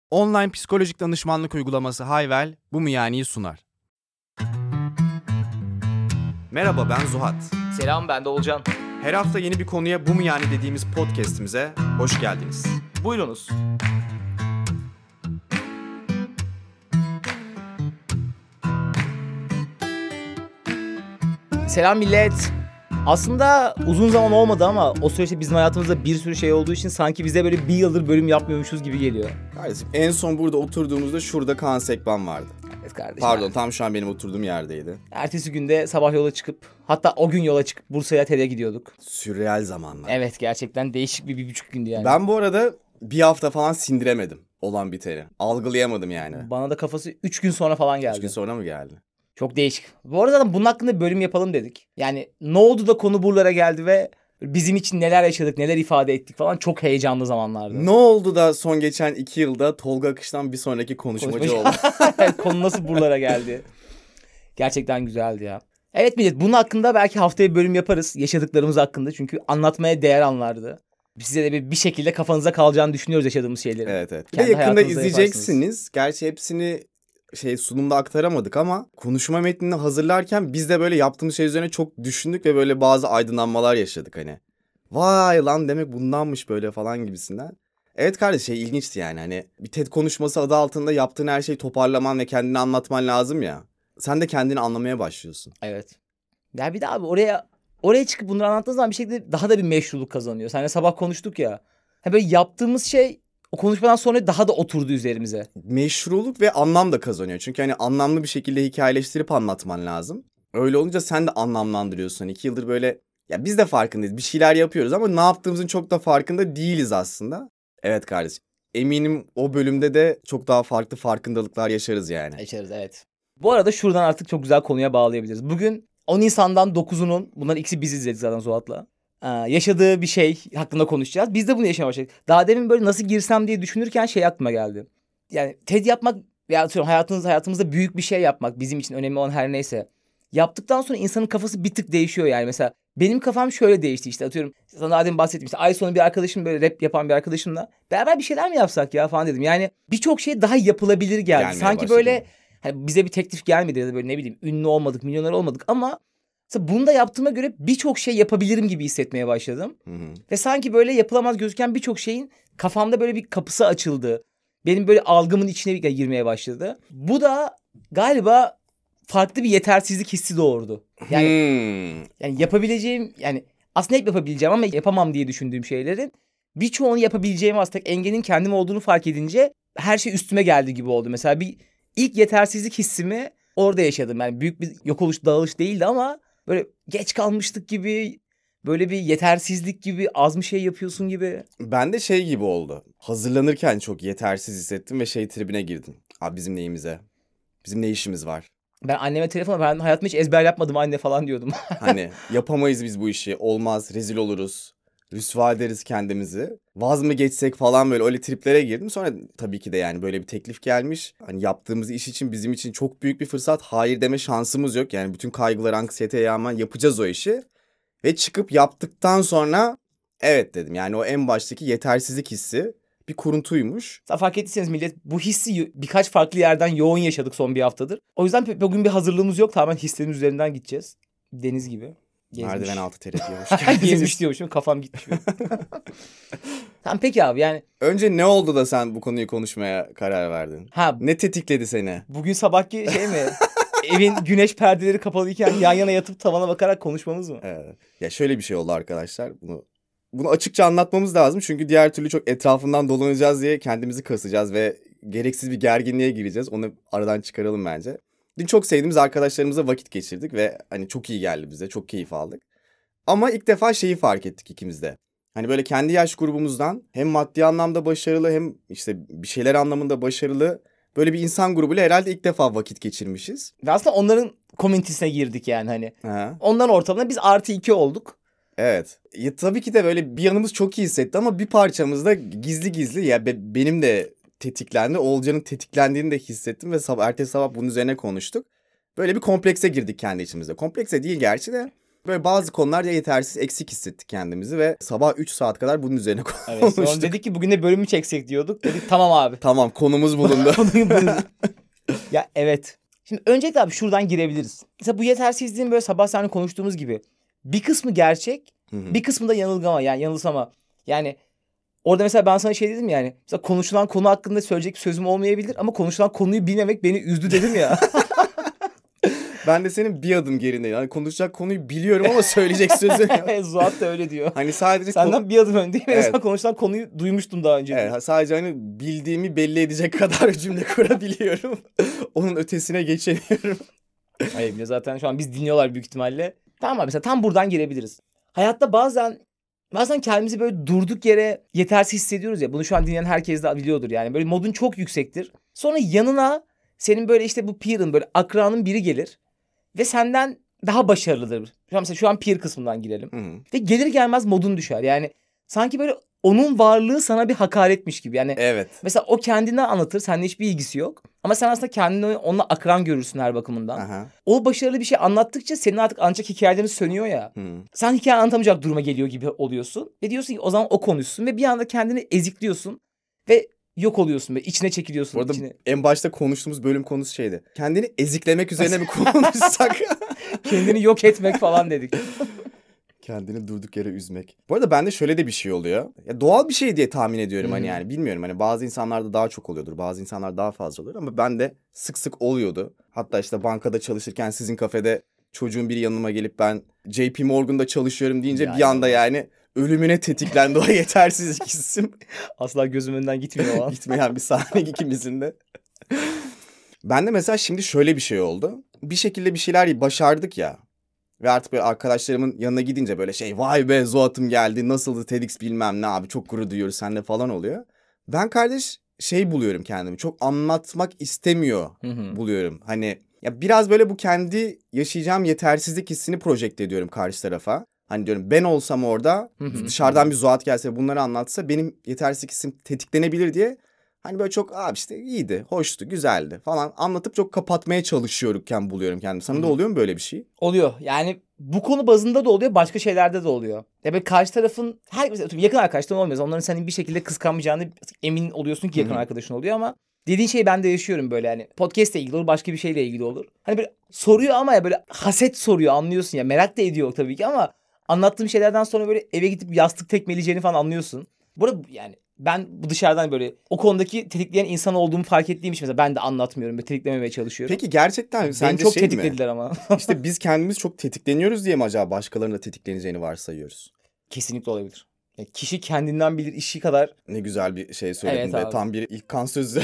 Online psikolojik danışmanlık uygulaması Hayvel, Bu Mu Yani'yi sunar. Merhaba, ben Zuhat. Selam, ben de Olcan. Her hafta yeni bir konuya Bu Mu Yani dediğimiz podcast'imize hoş geldiniz. Buyurunuz. Selam millet. Aslında uzun zaman olmadı ama o süreçte bizim hayatımızda bir sürü şey olduğu için sanki bize böyle bir yıldır bölüm yapmıyormuşuz gibi geliyor. Kardeşim, en son burada oturduğumuzda şurada Kaan Sekban vardı. Evet kardeşim. Pardon, tam şu an benim oturduğum yerdeydi. Ertesi günde sabah yola çıkıp, hatta o gün yola çıkıp Bursa'ya TED'e gidiyorduk. Sürreal zamanlar. Evet, gerçekten değişik bir buçuk gündü yani. Ben bu arada bir hafta falan sindiremedim olan biteni. Algılayamadım yani. Bana da kafası 3 gün sonra falan geldi. 3 gün sonra mı geldi? Çok değişik. Bu arada bunun hakkında bir bölüm yapalım dedik. Yani ne oldu da konu buralara geldi ve bizim için neler yaşadık, neler ifade ettik falan, çok heyecanlı zamanlardı. Ne oldu da son geçen 2 yılda Tolga Akış'tan bir sonraki konuşmacı oldu? Konu nasıl buralara geldi? Gerçekten güzeldi ya. Evet millet, bunun hakkında belki haftaya bir bölüm yaparız. Yaşadıklarımız hakkında, çünkü anlatmaya değer anlardı. Size de bir şekilde kafanıza kalacağını düşünüyoruz yaşadığımız şeyleri. Evet. Bir de Kendi yakında hayatınızda izleyeceksiniz. yaparsınız. Gerçi hepsini sunumda aktaramadık ama konuşma metnini hazırlarken biz de böyle yaptığımız şey üzerine çok düşündük ve böyle bazı aydınlanmalar yaşadık hani. Vay lan, demek bundanmış böyle falan gibisinden. Evet kardeş, ilginçti yani, hani bir TED konuşması adı altında yaptığın her şeyi toparlaman ve kendini anlatman lazım ya. Sen de kendini anlamaya başlıyorsun. Evet. Ya bir de abi oraya çıkıp bunları anlattığın zaman bir şekilde daha da bir meşruluk kazanıyor. Seninle sabah konuştuk ya. Böyle yaptığımız şey o konuşmadan sonra daha da oturdu üzerimize. Meşruluk ve anlam da kazanıyor. Çünkü hani anlamlı bir şekilde hikayeleştirip anlatman lazım. Öyle olunca sen de anlamlandırıyorsun. Hani 2 yıldır böyle, ya biz de farkındayız. Bir şeyler yapıyoruz ama ne yaptığımızın çok da farkında değiliz aslında. Evet kardeşim. Eminim o bölümde de çok daha farklı farkındalıklar yaşarız yani. Yaşarız, evet. Bu arada şuradan artık çok güzel konuya bağlayabiliriz. Bugün 10 Nisan'dan 9'unun, bunların ikisi biz izledik zaten Suat'la, yaşadığı bir şey hakkında konuşacağız. Biz de bunu yaşamaya başladık. Daha demin böyle nasıl girsem diye düşünürken şey aklıma geldi. Yani TED yapmak veya atıyorum hayatımızda büyük bir şey yapmak, bizim için önemli olan her neyse, yaptıktan sonra insanın kafası bir tık değişiyor yani. Mesela benim kafam şöyle değişti, işte atıyorum sana daha demin bahsettim, işte ay sonu bir arkadaşım, böyle rap yapan bir arkadaşımla beraber bir şeyler mi yapsak ya falan dedim. Yani birçok şey daha yapılabilir geldi. Gelmeye Sanki başladı. böyle hani bize bir teklif gelmedi ya da böyle ne bileyim ünlü olmadık, milyoner olmadık ama mesela bunu da yaptığıma göre birçok şey yapabilirim gibi hissetmeye başladım. Hı hı. Ve sanki böyle yapılamaz gözüken birçok şeyin kafamda böyle bir kapısı açıldı. Benim böyle algımın içine girmeye başladı. Bu da galiba farklı bir yetersizlik hissi doğurdu. Yani yapabileceğim, yani aslında hep yapabileceğim ama yapamam diye düşündüğüm şeylerin birçoğunu yapabileceğim, aslında engelin kendim olduğunu fark edince her şey üstüme geldi gibi oldu. Mesela bir ilk yetersizlik hissimi orada yaşadım. Yani büyük bir yok oluş, dağılış değildi ama böyle geç kalmıştık gibi, böyle bir yetersizlik gibi, az mı şey yapıyorsun gibi. Ben de şey gibi oldu. Hazırlanırken çok yetersiz hissettim ve tribine girdim. Abi bizim neyimize? Bizim ne işimiz var? Ben anneme telefona, ben hayatımda hiç ezber yapmadım anne falan diyordum. Hani yapamayız biz bu işi. Olmaz, rezil oluruz. Rüsva ederiz kendimizi. Vaz mı geçsek falan, böyle öyle triplere girdim. Sonra tabii ki de yani böyle bir teklif gelmiş. Hani yaptığımız iş için, bizim için çok büyük bir fırsat. Hayır deme şansımız yok. Yani bütün kaygılar, anksiyeteye rağmen yapacağız o işi. Ve çıkıp yaptıktan sonra evet dedim. Yani o en baştaki yetersizlik hissi bir kuruntuymuş. Fark ettiyseniz millet, bu hissi birkaç farklı yerden yoğun yaşadık son bir haftadır. O yüzden bugün bir hazırlığımız yok. Tamamen hislerimiz üzerinden gideceğiz. Deniz gibi. Gezmiş. Merdiven altı terapi hoş geldiniz. Gezmiş diyormuşum, kafam gitmiş. Tamam peki abi, yani. Önce ne oldu da sen bu konuyu konuşmaya karar verdin? Ne tetikledi seni? Bugün sabahki şey mi? Evin güneş perdeleri kapalıyken yan yana yatıp tavana bakarak konuşmamız mı? Evet. Ya şöyle bir şey oldu arkadaşlar. Bunu açıkça anlatmamız lazım. Çünkü diğer türlü çok etrafından dolanacağız diye kendimizi kasacağız ve gereksiz bir gerginliğe gireceğiz. Onu aradan çıkaralım bence. Dün çok sevdiğimiz arkadaşlarımızla vakit geçirdik ve hani çok iyi geldi bize. Çok keyif aldık. Ama ilk defa şeyi fark ettik ikimiz de. Hani böyle kendi yaş grubumuzdan hem maddi anlamda başarılı hem işte bir şeyler anlamında başarılı böyle bir insan grubuyla herhalde ilk defa vakit geçirmişiz. Ve aslında onların komünitesine girdik yani hani. Ha. Onların ortamında biz +2 olduk. Evet. Ya, tabii ki de böyle bir yanımız çok iyi hissetti ama bir parçamız da gizli gizli ya benim de tetiklendi. Oğulcan'ın tetiklendiğini de hissettim ve ertesi sabah bunun üzerine konuştuk. Böyle bir komplekse girdik kendi içimizde. Komplekse değil gerçi de. Böyle bazı konularda yetersiz, eksik hissettik kendimizi ve sabah 3 saat kadar bunun üzerine Evet, konuştuk. sonra dedik ki bugün de bölümü çeksek diyorduk. Dedik tamam abi. Tamam, konumuz bulundu. Ya evet. Şimdi öncelikle abi şuradan girebiliriz. Mesela bu yetersizliğin böyle sabah seninle konuştuğumuz gibi bir kısmı gerçek, bir kısmı da yanılgama, yani yanılsama. Yani orada mesela ben sana şey dedim yani. Mesela konuşulan konu hakkında söyleyecek sözüm olmayabilir ama konuşulan konuyu bilmemek beni üzdü dedim ya. Ben de senin bir adım gerindeyim. Yani konuşacak konuyu biliyorum ama söyleyecek sözüm yok. Zuhat da öyle diyor. Hani sadece Senden bir adım öndeyim. En Evet. azından konuşulan konuyu duymuştum daha önce. Evet, sadece hani bildiğimi belli edecek kadar cümle kurabiliyorum. Onun ötesine geçemiyorum. Hayır, bir de zaten şu an biz dinliyorlar büyük ihtimalle. Tamam abi, mesela tam buradan girebiliriz. Hayatta bazen kendimizi böyle durduk yere yetersiz hissediyoruz ya. Bunu şu an dinleyen herkes de biliyordur yani. Böyle modun çok yüksektir. Sonra yanına senin böyle işte bu peer'ın, böyle akranın biri gelir. Ve senden daha başarılıdır. Mesela şu an peer kısmından girelim. Ve gelir gelmez modun düşer. Yani sanki böyle onun varlığı sana bir hakaretmiş gibi. Yani Evet. mesela o kendinden anlatır. Seninle hiçbir ilgisi yok. Ama sen aslında kendini onunla akran görürsün her bakımından. Aha. O başarılı bir şey anlattıkça senin artık ancak hikayelerin sönüyor ya. Sen hikaye anlatamayacak duruma geliyor gibi oluyorsun. Ve diyorsun ki o zaman o konuşsun. Ve bir anda kendini ezikliyorsun. Ve yok oluyorsun ve içine çekiliyorsun. Bu arada içine. en başta konuştuğumuz bölüm konusu şeydi. Kendini eziklemek üzerine mi konuşsak? Kendini yok etmek falan dedik. Kendini durduk yere üzmek. Bu arada bende şöyle de bir şey oluyor. Ya doğal bir şey diye tahmin ediyorum hani yani bilmiyorum. Hani bazı insanlarda daha çok oluyordur. Bazı insanlar daha fazla oluyor ama bende sık sık oluyordu. Hatta işte bankada çalışırken sizin kafede çocuğun biri yanıma gelip ben JP Morgan'da çalışıyorum deyince Ya bir anda yani ölümüne tetiklendi o yetersizlik hissim. Asla gözüm önünden gitmiyor o an. Gitmeyen bir sahne ikimizin de. Ben de mesela şimdi şöyle bir şey oldu. Bir şekilde bir şeyler başardık ya. Ve artık böyle arkadaşlarımın yanına gidince böyle şey vay be Zuhat'ım geldi nasıldı TEDx bilmem ne abi çok gurur duyuyoruz seninle falan oluyor. Ben kardeş şey buluyorum kendimi çok anlatmak istemiyor buluyorum. Hani ya biraz böyle bu kendi yaşayacağım yetersizlik hissini projekte ediyorum karşı tarafa. Hani diyorum ben olsam orada dışarıdan bir Zuhat gelse bunları anlatsa benim yetersizlik hissim tetiklenebilir diye. Hani böyle çok abi işte iyiydi, hoştu, güzeldi falan anlatıp çok kapatmaya çalışıyorken buluyorum kendimi. Sana da oluyor mu böyle bir şey? Oluyor. Yani bu konu bazında da oluyor, başka şeylerde de oluyor. Ya böyle karşı tarafın yakın arkadaşların olmuyor. Onların senin bir şekilde kıskanmayacağını emin oluyorsun ki yakın arkadaşın oluyor ama dediğin şeyi ben de yaşıyorum böyle hani podcast'le ilgili olur, başka bir şeyle ilgili olur. Hani böyle soruyor ama ya böyle haset soruyor, anlıyorsun ya. Merak da ediyor tabii ki ama anlattığım şeylerden sonra böyle eve gidip yastık tekmeleyeceğini falan anlıyorsun. Burada yani ben bu dışarıdan böyle o konudaki tetikleyen insan olduğumu fark ettiğim için mesela ben de anlatmıyorum ve tetiklememeye çalışıyorum. Peki gerçekten Beni sence çok şey mi? tetiklediler ama. İşte biz kendimiz çok tetikleniyoruz diye mi acaba başkalarının da tetikleneceğini varsayıyoruz? Kesinlikle olabilir. Yani kişi kendinden bilir işi kadar. Ne güzel bir şey söyledin Evet be. abi. Tam bir ilk kan sözü.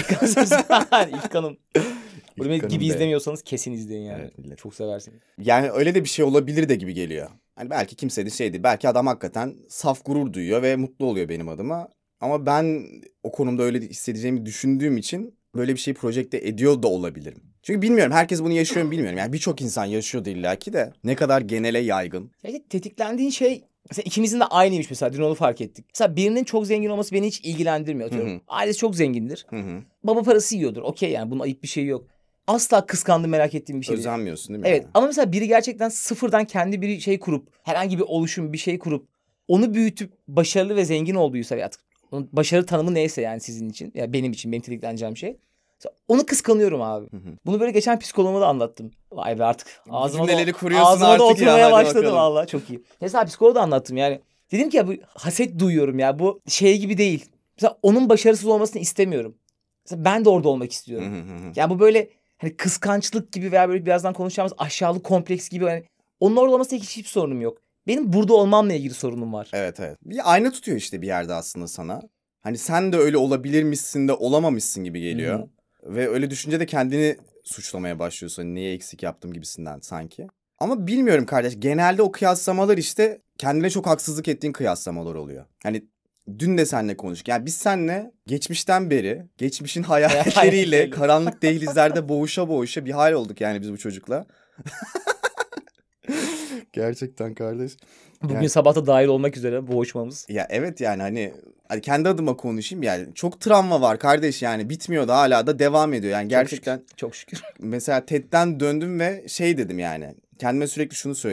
İlk kanım. Bunu İlk kanım gibi be. izlemiyorsanız kesin izleyin yani. Evet, millet. Çok seversiniz. Yani öyle de bir şey olabilir de gibi geliyor. Hani belki kimse de şey değil. Belki adam hakikaten saf gurur duyuyor ve mutlu oluyor benim adıma. Ama ben o konumda öyle hissedeceğimi düşündüğüm için böyle bir şeyi projekte ediyor da olabilirim. Çünkü bilmiyorum herkes bunu yaşıyor mu bilmiyorum. Yani birçok insan yaşıyordu illaki de ne kadar genele yaygın. Ya işte tetiklendiğin şey mesela ikimizin de aynıymış mesela, dün onu fark ettik. Mesela birinin çok zengin olması beni hiç ilgilendirmiyor. Atıyorum, ailesi çok zengindir. Baba parası yiyordur. Okey yani bunun ayıp bir şey yok. Asla kıskandığım, merak ettiğim bir şey değil. Özenmiyorsun değil mi? Evet yani? ama mesela biri gerçekten sıfırdan kendi bir şey kurup, herhangi bir oluşum bir şey kurup onu büyütüp başarılı ve zengin olduysa artık onun başarı tanımı neyse yani sizin için ya benim için benim tetikleneceğim şey. Onu kıskanıyorum abi. Bunu böyle geçen psikoloğuma da anlattım. Vay be artık Cümleleri kuruyorsun ağzıma artık da ya, oturmaya hadi başladı bakalım. valla, çok iyi. Mesela psikoloğa da anlattım yani. Dedim ki ya bu haset duyuyorum ya, bu şey gibi değil. Mesela onun başarısız olmasını istemiyorum. Mesela ben de orada olmak istiyorum. Yani bu böyle hani kıskançlık gibi veya böyle birazdan konuşacağımız aşağılık kompleks gibi, hani onun orada olmasıyla hiçbir sorunum yok. Benim burada olmamla ilgili sorunum var. Evet evet. Bir ayna tutuyor işte bir yerde aslında sana. Hani sen de öyle olabilirmişsin de olamamışsın gibi geliyor. Ve öyle düşünce de kendini suçlamaya başlıyorsun. Hani neye eksik yaptım gibisinden sanki. Ama bilmiyorum kardeş. Genelde o kıyaslamalar işte kendine çok haksızlık ettiğin kıyaslamalar oluyor. Hani dün de seninle konuştuk. Yani biz seninle geçmişten beri, geçmişin hayalleriyle Hayalleriyle. karanlık dehlizlerde boğuşa boğuşa bir hal olduk yani biz bu çocukla. Gerçekten kardeş. Bugün Yani- sabah da dahil olmak üzere boğuşmamız. Ya evet yani hani kendi adıma konuşayım yani çok travma var kardeş yani bitmiyor da hala da devam ediyor yani gerçekten. Çok şükür. Mesela TED'den döndüm ve şey dedim yani kendime sürekli şunu söylüyorum.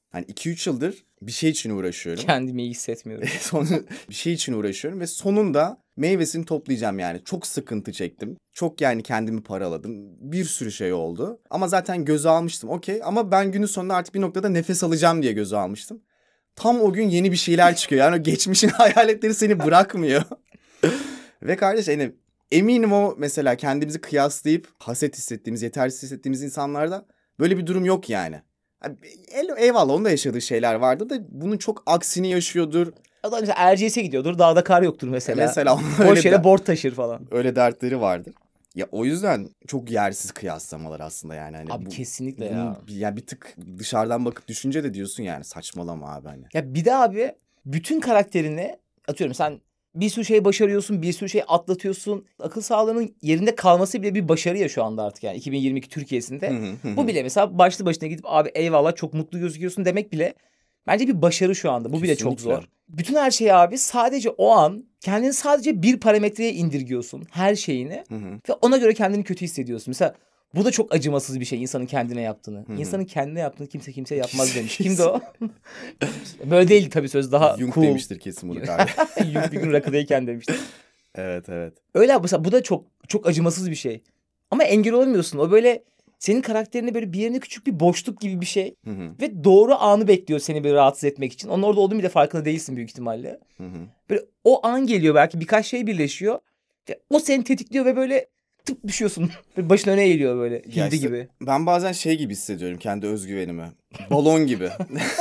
Hani 2-3 yıldır bir şey için uğraşıyorum. Kendimi iyi hissetmiyorum. Bir şey için uğraşıyorum ve sonunda meyvesini toplayacağım yani. Çok sıkıntı çektim. Çok yani kendimi paraladım. Bir sürü şey oldu. Ama zaten göze almıştım, okey. Ama ben günün sonunda artık bir noktada nefes alacağım diye göze almıştım. Tam o gün yeni bir şeyler çıkıyor. Yani o geçmişin hayaletleri seni bırakmıyor. Ve kardeş hani eminim o mesela kendimizi kıyaslayıp haset hissettiğimiz, yetersiz hissettiğimiz insanlarda böyle bir durum yok yani. Eyvallah onun da yaşadığı şeyler vardı da bunun çok aksini yaşıyordur. Adam mesela Erciyes'e gidiyordur. Dağda kar yoktur mesela. Mesela Boş yere board taşır falan. Öyle dertleri vardır. Ya o yüzden çok yersiz kıyaslamalar aslında yani. Hani abi kesinlikle ya. Ya bir tık dışarıdan bakıp düşünce de diyorsun yani saçmalama abi hani. Ya bir de abi bütün karakterini atıyorum sen bir sürü şey başarıyorsun, bir sürü şey atlatıyorsun. Akıl sağlığının yerinde kalması bile bir başarı ya şu anda artık yani 2022 Türkiye'sinde. Bu bile mesela başlı başına gidip abi eyvallah çok mutlu gözüküyorsun demek bile bence bir başarı şu anda. Bu Kesinlikle. bile çok zor. Bütün her şeyi abi sadece o an kendini sadece bir parametreye indirgiyorsun her şeyini ve ona göre kendini kötü hissediyorsun. Mesela bu da çok acımasız bir şey insanın kendine yaptığını. İnsanın kendine yaptığını kimse yapmaz demiş. Kimdi o? Böyle değil tabii söz daha Jung cool. demiştir kesin bunu abi. Jung bir gün rakıdayken demişti. Evet. Öyle abi mesela bu da çok acımasız bir şey. Ama engel olamıyorsun. O böyle senin karakterine böyle bir yerine küçük bir boşluk gibi bir şey. Ve doğru anı bekliyor seni böyle rahatsız etmek için. Onun orada olduğunu bile farkında değilsin büyük ihtimalle. Böyle o an geliyor belki birkaç şey birleşiyor. Ve o seni tetikliyor ve böyle tıp düşüyorsun. Böyle başın öne eğiliyor böyle hildi gibi. Ben bazen şey gibi hissediyorum kendi özgüvenimi. Balon gibi.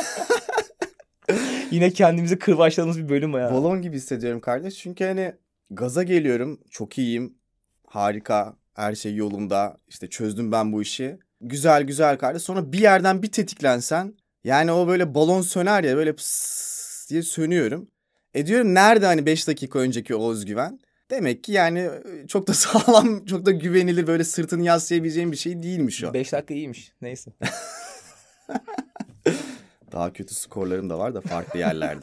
Yine kendimizi kırbaçladığımız bir bölüm ya. Balon gibi hissediyorum kardeş. Çünkü hani gaza geliyorum. Çok iyiyim. Harika. Her şey yolunda. İşte çözdüm ben bu işi. Güzel kardeş. Sonra bir yerden bir tetiklensen. Yani o böyle balon söner ya böyle pıs diye sönüyorum. Diyorum nerede hani 5 dakika önceki o özgüven? Demek ki yani çok da sağlam, çok da güvenilir böyle sırtını yaslayabileceğim bir şey değilmiş o. 5 dakika iyiymiş. Neyse. Daha kötü skorlarım da var da farklı yerlerde.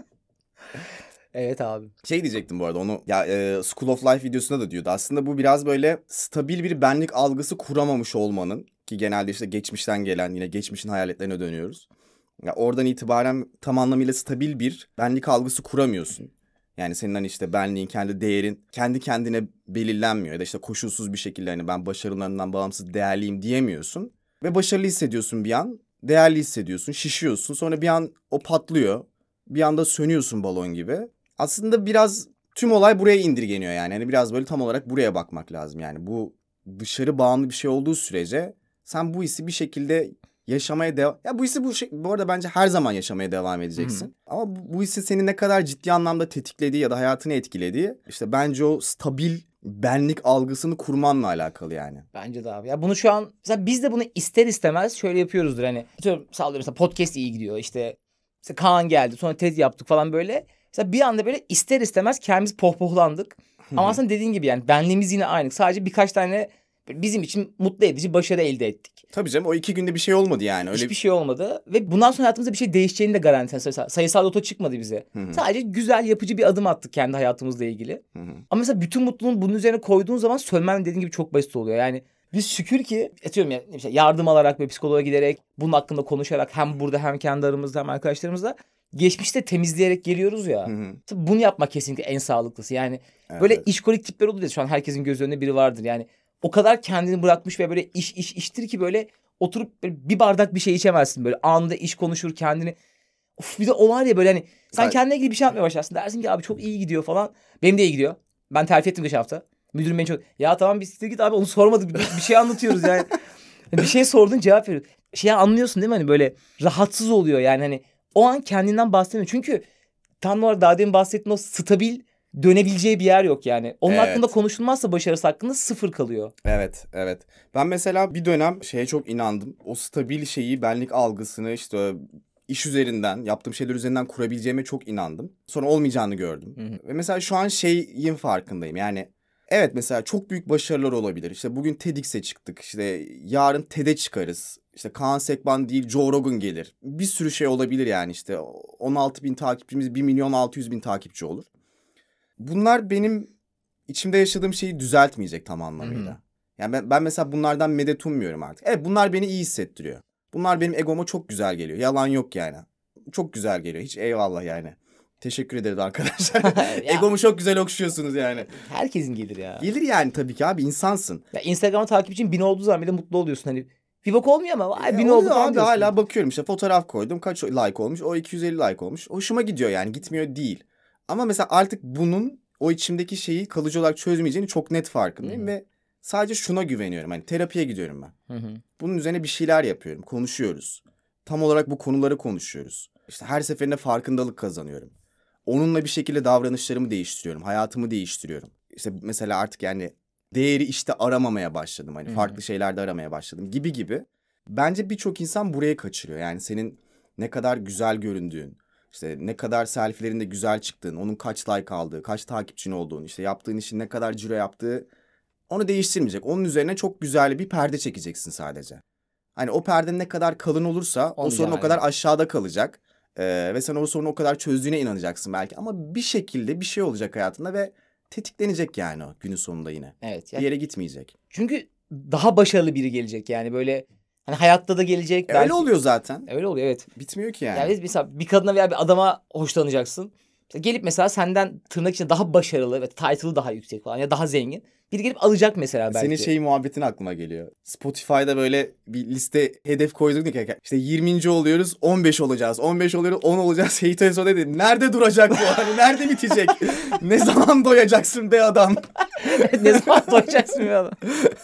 Evet abi. Şey diyecektim bu arada onu ya School of Life videosunda da diyordu. Aslında bu biraz böyle stabil bir benlik algısı kuramamış olmanın ki genelde işte geçmişten gelen yine geçmişin hayaletlerine dönüyoruz. Ya oradan itibaren tam anlamıyla stabil bir benlik algısı kuramıyorsun. Yani senin hani işte benliğin, kendi değerin kendi kendine belirlenmiyor ya da işte koşulsuz bir şekilde hani ben başarılarından bağımsız değerliyim diyemiyorsun. Ve başarılı hissediyorsun bir an, değerli hissediyorsun, şişiyorsun. Sonra bir an o patlıyor. Bir anda sönüyorsun balon gibi. Aslında biraz tüm olay buraya indirgeniyor yani. Hani biraz böyle tam olarak buraya bakmak lazım yani. Bu dışarı bağımlı bir şey olduğu sürece sen bu hissi bir şekilde yaşamaya devam... Ya bu hissi bu arada bence her zaman yaşamaya devam edeceksin. Ama bu hissi seni ne kadar ciddi anlamda tetiklediği ya da hayatını etkilediği işte bence o stabil benlik algısını kurmanla alakalı yani. Bence de abi. Ya bunu şu an mesela biz de bunu ister istemez şöyle yapıyoruzdur hani. Sallıyorum mesela podcast iyi gidiyor işte Kaan geldi sonra TED yaptık falan böyle. Mesela bir anda böyle ister istemez kendimiz pohpohlandık. Ama aslında dediğin gibi yani benliğimiz yine aynı. Sadece birkaç tane bizim için mutlu edici başarı elde ettik. Tabii canım o 2 günde bir şey olmadı yani. Öyle... Hiçbir şey olmadı. Ve bundan sonra hayatımızda bir şey değişeceğini de garanti. Mesela sayısal loto çıkmadı bize. Sadece güzel yapıcı bir adım attık kendi hayatımızla ilgili. Ama mesela bütün mutluluğun bunun üzerine koyduğun zaman sönmen dediğin gibi çok basit oluyor. Yani biz şükür ki atıyorum ya işte yardım alarak ve psikoloğa giderek bunun hakkında konuşarak hem burada hem kendi aramızda hem arkadaşlarımızla geçmişte temizleyerek geliyoruz ya. Bunu yapmak kesinlikle en sağlıklısı. Yani böyle işkolik tipler olur ya şu an herkesin göz önünde biri vardır. Yani o kadar kendini bırakmış ve böyle iştir ki böyle oturup böyle bir bardak bir şey içemezsin. Böyle anında iş konuşur kendini. Of bir de o var ya böyle hani sen kendine ilgili bir şey yapmaya başlarsın. Dersin ki abi çok iyi gidiyor falan. Benim de iyi gidiyor. Ben terfi ettim geçen hafta. Müdürüm beni çok... Ya tamam biz git abi onu sormadık. Bir şey anlatıyoruz yani. Bir şey sordun cevap veriyor. Şeyi anlıyorsun değil mi hani böyle rahatsız oluyor yani hani o an kendinden bahsetmiyor. Çünkü tam olarak daha demin bahsettiğin o stabil dönebileceği bir yer yok yani. Onun hakkında konuşulmazsa başarısı hakkında sıfır kalıyor. Evet. Ben mesela bir dönem şeye çok inandım. O stabil şeyi, benlik algısını işte iş üzerinden, yaptığım şeyler üzerinden kurabileceğime çok inandım. Sonra olmayacağını gördüm. Ve mesela şu an şeyin farkındayım. Yani evet mesela çok büyük başarılar olabilir. İşte bugün TEDx'e çıktık. İşte yarın TED'e çıkarız. İşte Kaan Sekban değil Joe Rogan gelir. Bir sürü şey olabilir yani işte. 16.000 takipçimiz 1.600.000 takipçi olur. Bunlar benim içimde yaşadığım şeyi düzeltmeyecek tam anlamıyla. Yani ben mesela bunlardan medet ummuyorum artık. Evet bunlar beni iyi hissettiriyor. Bunlar benim egoma çok güzel geliyor. Yalan yok yani. Çok güzel geliyor. Hiç eyvallah yani. Teşekkür ederiz arkadaşlar. Egomu çok güzel okşuyorsunuz yani. Herkesin gelir ya. Gelir yani tabii ki abi, insansın. Ya Instagram'a takipçin 1000 olduğu zaman bile mutlu oluyorsun. Hani bir bok olmuyor ama ay 1000 Oluyor oldu falan abi, diyorsun. hala bakıyorum işte, fotoğraf koydum. Kaç like olmuş? O 250 like olmuş. Hoşuma gidiyor yani, gitmiyor değil. Ama mesela artık bunun o içimdeki şeyi kalıcı olarak çözmeyeceğini çok net farkındayım. Ve sadece şuna güveniyorum. Hani terapiye gidiyorum ben. Bunun üzerine bir şeyler yapıyorum. Konuşuyoruz. Tam olarak bu konuları konuşuyoruz. İşte her seferinde farkındalık kazanıyorum. Onunla bir şekilde davranışlarımı değiştiriyorum. Hayatımı değiştiriyorum. İşte mesela artık yani değeri işte aramamaya başladım. Hani farklı şeylerde aramaya başladım gibi gibi. Bence birçok insan buraya kaçırıyor. Yani senin ne kadar güzel göründüğün, işte ne kadar selfie'lerinde güzel çıktığın, onun kaç like aldığı, kaç takipçin olduğunu, işte yaptığın işin ne kadar ciro yaptığı, onu değiştirmeyecek. Onun üzerine çok güzel bir perde çekeceksin sadece. Hani o perde ne kadar kalın olursa o sorun o kadar aşağıda kalacak. Ve sen o sorunu o kadar çözdüğüne inanacaksın belki. Ama bir şekilde bir şey olacak hayatında ve tetiklenecek yani o günün sonunda yine. Evet. Bir yere gitmeyecek. Çünkü daha başarılı biri gelecek yani böyle. Hani hayatta da gelecek. Öyle oluyor zaten. Öyle oluyor, evet. Bitmiyor ki yani. Yani mesela bir kadına veya bir adama hoşlanacaksın. Mesela gelip mesela senden tırnak içinde daha başarılı ve title'ı daha yüksek falan ya daha zengin. Biri gelip alacak mesela belki. Senin şey muhabbetin aklıma geliyor. Spotify'da böyle bir liste hedef koyduk ya. İşte 20. oluyoruz, 15 olacağız. 15 oluyoruz, 10 olacağız. Heyit en son dedi. Nerede duracak bu? Hani nerede bitecek? Ne zaman doyacaksın be adam? Ne zaman doyacaksın be adam?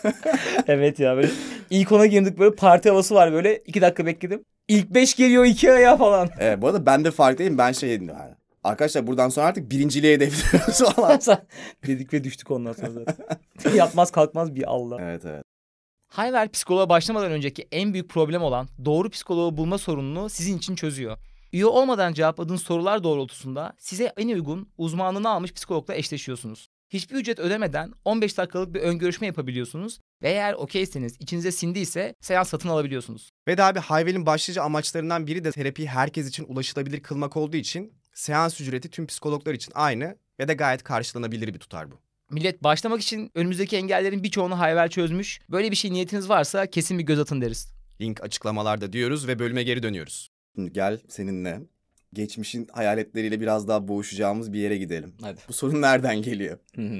Evet ya, böyle ilk ona girdik, böyle parti havası var böyle. 2 dakika bekledim. İlk 5 geliyor 2 aya falan. Evet, bu arada ben de farklıyım. Ben şey dedim yani. Arkadaşlar buradan sonra artık birinciliğe hedefliyoruz falan. Dedik ve düştük ondan sonra zaten. Yatmaz kalkmaz bir Allah. Evet evet. Hayvel psikoloğa başlamadan önceki en büyük problem olan doğru psikoloğu bulma sorununu sizin için çözüyor. Üye olmadan cevapladığınız sorular doğrultusunda size en uygun uzmanlığını almış psikologla eşleşiyorsunuz. Hiçbir ücret ödemeden 15 dakikalık bir ön görüşme yapabiliyorsunuz ve eğer okeyseniz, içinize sindiyse seans satın alabiliyorsunuz. Ve daha bir Hayvel'in başlıca amaçlarından biri de terapiyi herkes için ulaşılabilir kılmak olduğu için seans ücreti tüm psikologlar için aynı ve de gayet karşılanabilir bir tutar bu. Millet başlamak için önümüzdeki engellerin birçoğunu Hayvel çözmüş. Böyle bir şey niyetiniz varsa kesin bir göz atın deriz. Link açıklamalarda diyoruz ve bölüme geri dönüyoruz. Şimdi gel seninle geçmişin hayaletleriyle biraz daha boğuşacağımız bir yere gidelim. Hadi. Bu sorun nereden geliyor?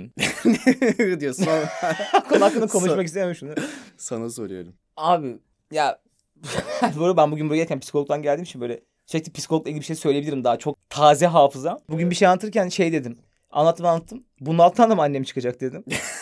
Ne diyorsun? Konu hakkında konuşmak istemiyorum şunu. Sana soruyorum. Abi ya bu arada ben bugün buraya gelirken psikologdan geldiğim için böyle sürekli psikologla ilgili bir şey söyleyebilirim, daha çok taze hafızam. Bugün bir şey anlatırken şey dedim. Anlattım. Bunun altından da mı annem çıkacak dedim.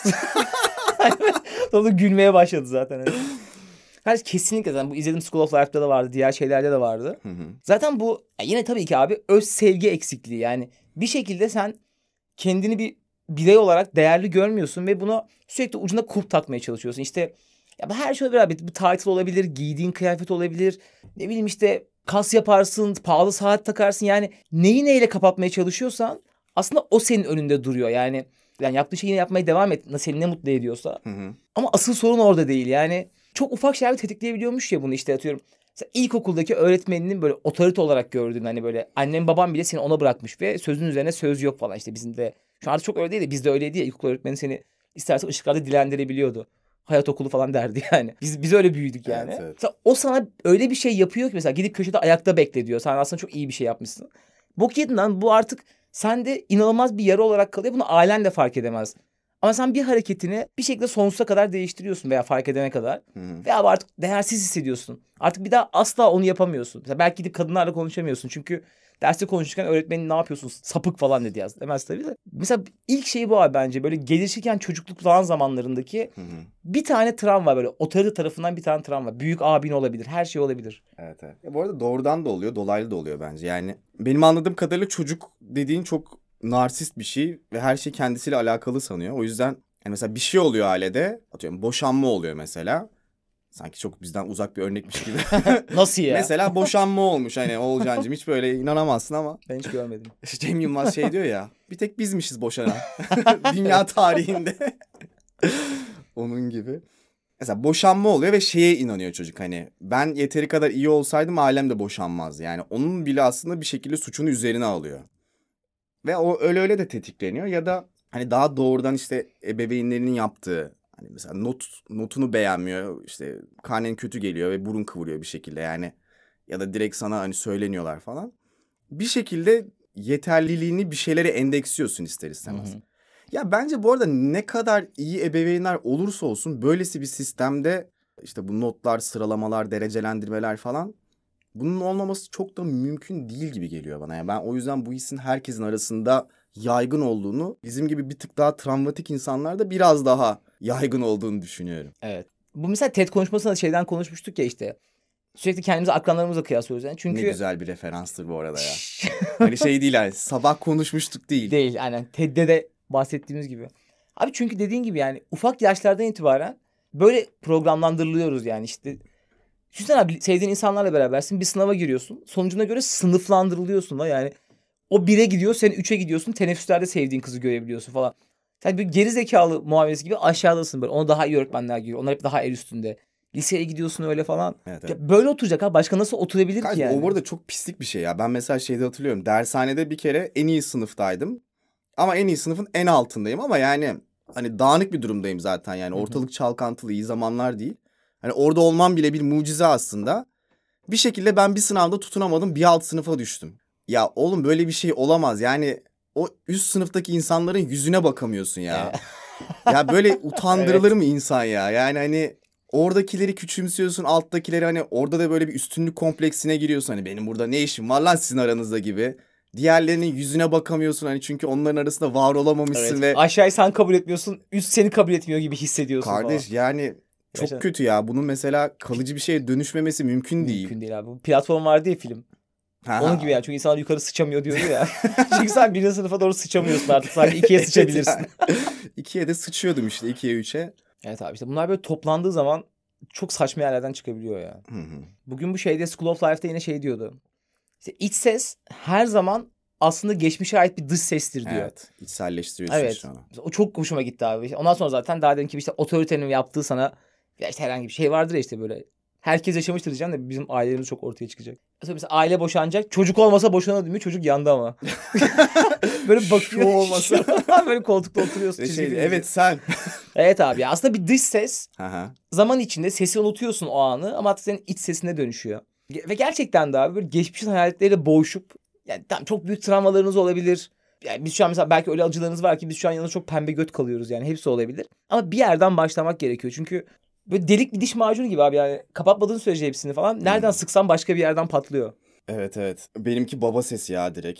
Sonra da gülmeye başladı zaten. Her kesinlikle zaten bu izlediğim School of Life'da da vardı. Diğer şeylerde de vardı. Zaten bu yine tabii ki abi öz sevgi eksikliği. Yani bir şekilde sen kendini bir birey olarak değerli görmüyorsun ve buna sürekli ucuna kulp takmaya çalışıyorsun. İşte ya her şey olabilir abi. Bir title olabilir, giydiğin kıyafet olabilir. Ne bileyim işte kas yaparsın, pahalı saat takarsın. Yani neyi neyle kapatmaya çalışıyorsan aslında o senin önünde duruyor. Yani yaptığın şeyi yine yapmaya devam et. Seni ne mutlu ediyorsa. Ama asıl sorun orada değil. Yani çok ufak şeyler tetikleyebiliyormuş ya bunu, işte atıyorum. Mesela ilkokuldaki öğretmeninin böyle otorite olarak gördüğün, hani böyle annem babam bile seni ona bırakmış ve sözün üzerine söz yok falan. İşte bizim de şu an artık çok öyle değil de bizde öyleydi ya, ilkokul öğretmeni seni isterse ışıklarda dilendirebiliyordu. Hayat okulu falan derdi yani. Biz öyle büyüdük yani. Evet, evet. Mesela o sana öyle bir şey yapıyor ki mesela gidip köşede ayakta bekle diyor. Sen aslında çok iyi bir şey yapmışsın. Bok yedin lan, bu artık sende inanılmaz bir yara olarak kalıyor. Bunu ailen de fark edemez. Ama sen bir hareketini bir şekilde sonsuza kadar değiştiriyorsun veya fark edene kadar. Veya artık değersiz hissediyorsun. Artık bir daha asla onu yapamıyorsun. Mesela belki gidip kadınlarla konuşamıyorsun. Çünkü derste konuşurken öğretmenin ne yapıyorsun sapık falan dedi yaz. Demez tabii de. Mesela ilk şey bu abi bence. Böyle gelişirken çocukluk falan zamanlarındaki bir tane travma var böyle. Otorite tarafından bir tane travma var. Büyük abin olabilir. Her şey olabilir. Evet evet. Bu arada doğrudan da oluyor, dolaylı da oluyor bence. Yani benim anladığım kadarıyla çocuk dediğin çok narsist bir şey ve her şey kendisiyle alakalı sanıyor. O yüzden yani mesela bir şey oluyor ailede, atıyorum boşanma oluyor mesela. Sanki çok bizden uzak bir örnekmiş gibi. Nasıl ya? Mesela boşanma olmuş, hani Oğulcancığım hiç böyle inanamazsın ama. Ben hiç görmedim. Cem Yılmaz şey diyor ya, bir tek bizmişiz boşanan. Dünya tarihinde. Onun gibi. Mesela boşanma oluyor ve şeye inanıyor çocuk, hani ben yeteri kadar iyi olsaydım ailem de boşanmazdı. Yani onun bile aslında bir şekilde suçunu üzerine alıyor. Ve o öyle öyle de tetikleniyor ya da hani daha doğrudan işte ebeveynlerinin yaptığı, Hani mesela notunu beğenmiyor, işte karnen kötü geliyor ve burun kıvırıyor bir şekilde yani. Ya da direkt sana hani söyleniyorlar falan. Bir şekilde yeterliliğini bir şeylere endeksliyorsun ister istemez. Ya bence bu arada ne kadar iyi ebeveynler olursa olsun böylesi bir sistemde işte bu notlar, sıralamalar, derecelendirmeler falan bunun olmaması çok da mümkün değil gibi geliyor bana. Yani ben o yüzden bu hissin herkesin arasında yaygın olduğunu, bizim gibi bir tık daha travmatik insanlarda biraz daha yaygın olduğunu düşünüyorum. Evet. Bu mesela TED konuşmasında şeyden konuşmuştuk ya işte. Sürekli kendimizi akranlarımızla kıyaslıyoruz yani. Çünkü Ne güzel bir referanstır bu arada ya. Hani şey değil yani, sabah konuşmuştuk değil. Değil aynen. TED'de de bahsettiğimiz gibi. Abi çünkü dediğin gibi yani ufak yaşlardan itibaren böyle programlandırılıyoruz yani işte. Düşünsene abi sevdiğin insanlarla berabersin, bir sınava giriyorsun. Sonucuna göre sınıflandırılıyorsun da yani. O 1'e gidiyor, sen 3'e gidiyorsun. Teneffüslerde sevdiğin kızı görebiliyorsun falan. Yani bir geri zekalı muamelesi gibi aşağıdasın böyle. Onu daha iyi öğretmenler giriyor. Onlar hep daha el üstünde. Liseye gidiyorsun öyle falan. Evet, evet. Ya böyle oturacak ha. Başka nasıl oturabilir ki Kardeşim, yani? o bu arada çok pislik bir şey ya. Ben mesela şeyde hatırlıyorum. Dershanede bir kere en iyi sınıftaydım. Ama en iyi sınıfın en altındayım ama yani hani dağınık bir durumdayım zaten yani. Ortalık çalkantılı, iyi zamanlar değil. Hani orada olmam bile bir mucize aslında. Bir şekilde ben bir sınavda tutunamadım, bir alt sınıfa düştüm. Ya oğlum böyle bir şey olamaz. Yani o üst sınıftaki insanların yüzüne bakamıyorsun ya. Ya böyle utandırılır mı insan ya? Yani hani oradakileri küçümsüyorsun, alttakileri hani orada da böyle bir üstünlük kompleksine giriyorsun. Hani benim burada ne işim var lan sizin aranızda gibi. Diğerlerinin yüzüne bakamıyorsun hani çünkü onların arasında var olamamışsın ve Aşağıyı sen kabul etmiyorsun. Üst seni kabul etmiyor gibi hissediyorsun kardeş falan. yani çok Gerçekten kötü ya. Bunun mesela kalıcı bir şeye dönüşmemesi mümkün değil. mümkün değil abi. Bu platform vardı ya film. Onun gibi Ha. yani. Çünkü insanlar yukarı sıçamıyor diyordu ya. Çünkü sen birinci sınıfa doğru sıçamıyorsun artık. Sadece ikiye Evet sıçabilirsin. yani. İkiye de sıçıyordum işte, ikiye üçe. Evet abi işte bunlar böyle toplandığı zaman çok saçma yerlerden çıkabiliyor ya. Hı hı. Bugün bu şeyde School of Life'da yine şey diyordu. İşte iç ses her zaman aslında geçmişe ait bir dış sestir diyor. Evet, içselleştiriyorsun Evet. işte onu. O çok hoşuma gitti abi. Ondan sonra zaten daha dedim ki işte otoritenin yaptığı sana ya işte herhangi bir şey vardır ya işte böyle. Herkes yaşamıştır diyeceğim de bizim ailelerimiz çok ortaya çıkacak. Mesela aile boşanacak. Çocuk olmasa boşanır değil mi? Çocuk yandı ama. Böyle bakıyor. Şu olmasa. Böyle koltukta oturuyorsun. Ve çizgi şey, film evet izliyorsun. sen. Evet abi ya aslında bir dış ses Hı hı. zaman içinde sesi unutuyorsun o anı ama artık senin iç sesine dönüşüyor. Ve gerçekten de abi böyle geçmişin hayaletleriyle boğuşup yani tam çok büyük travmalarınız olabilir. Yani biz şu an mesela belki öyle acılarınız var ki biz şu an yanında çok pembe göt kalıyoruz yani hepsi olabilir. Ama bir yerden başlamak gerekiyor çünkü böyle delik bir diş macunu gibi abi yani kapatmadığın sürece hepsini falan nereden sıksan başka bir yerden patlıyor. Evet, evet. Benimki baba sesi ya direkt.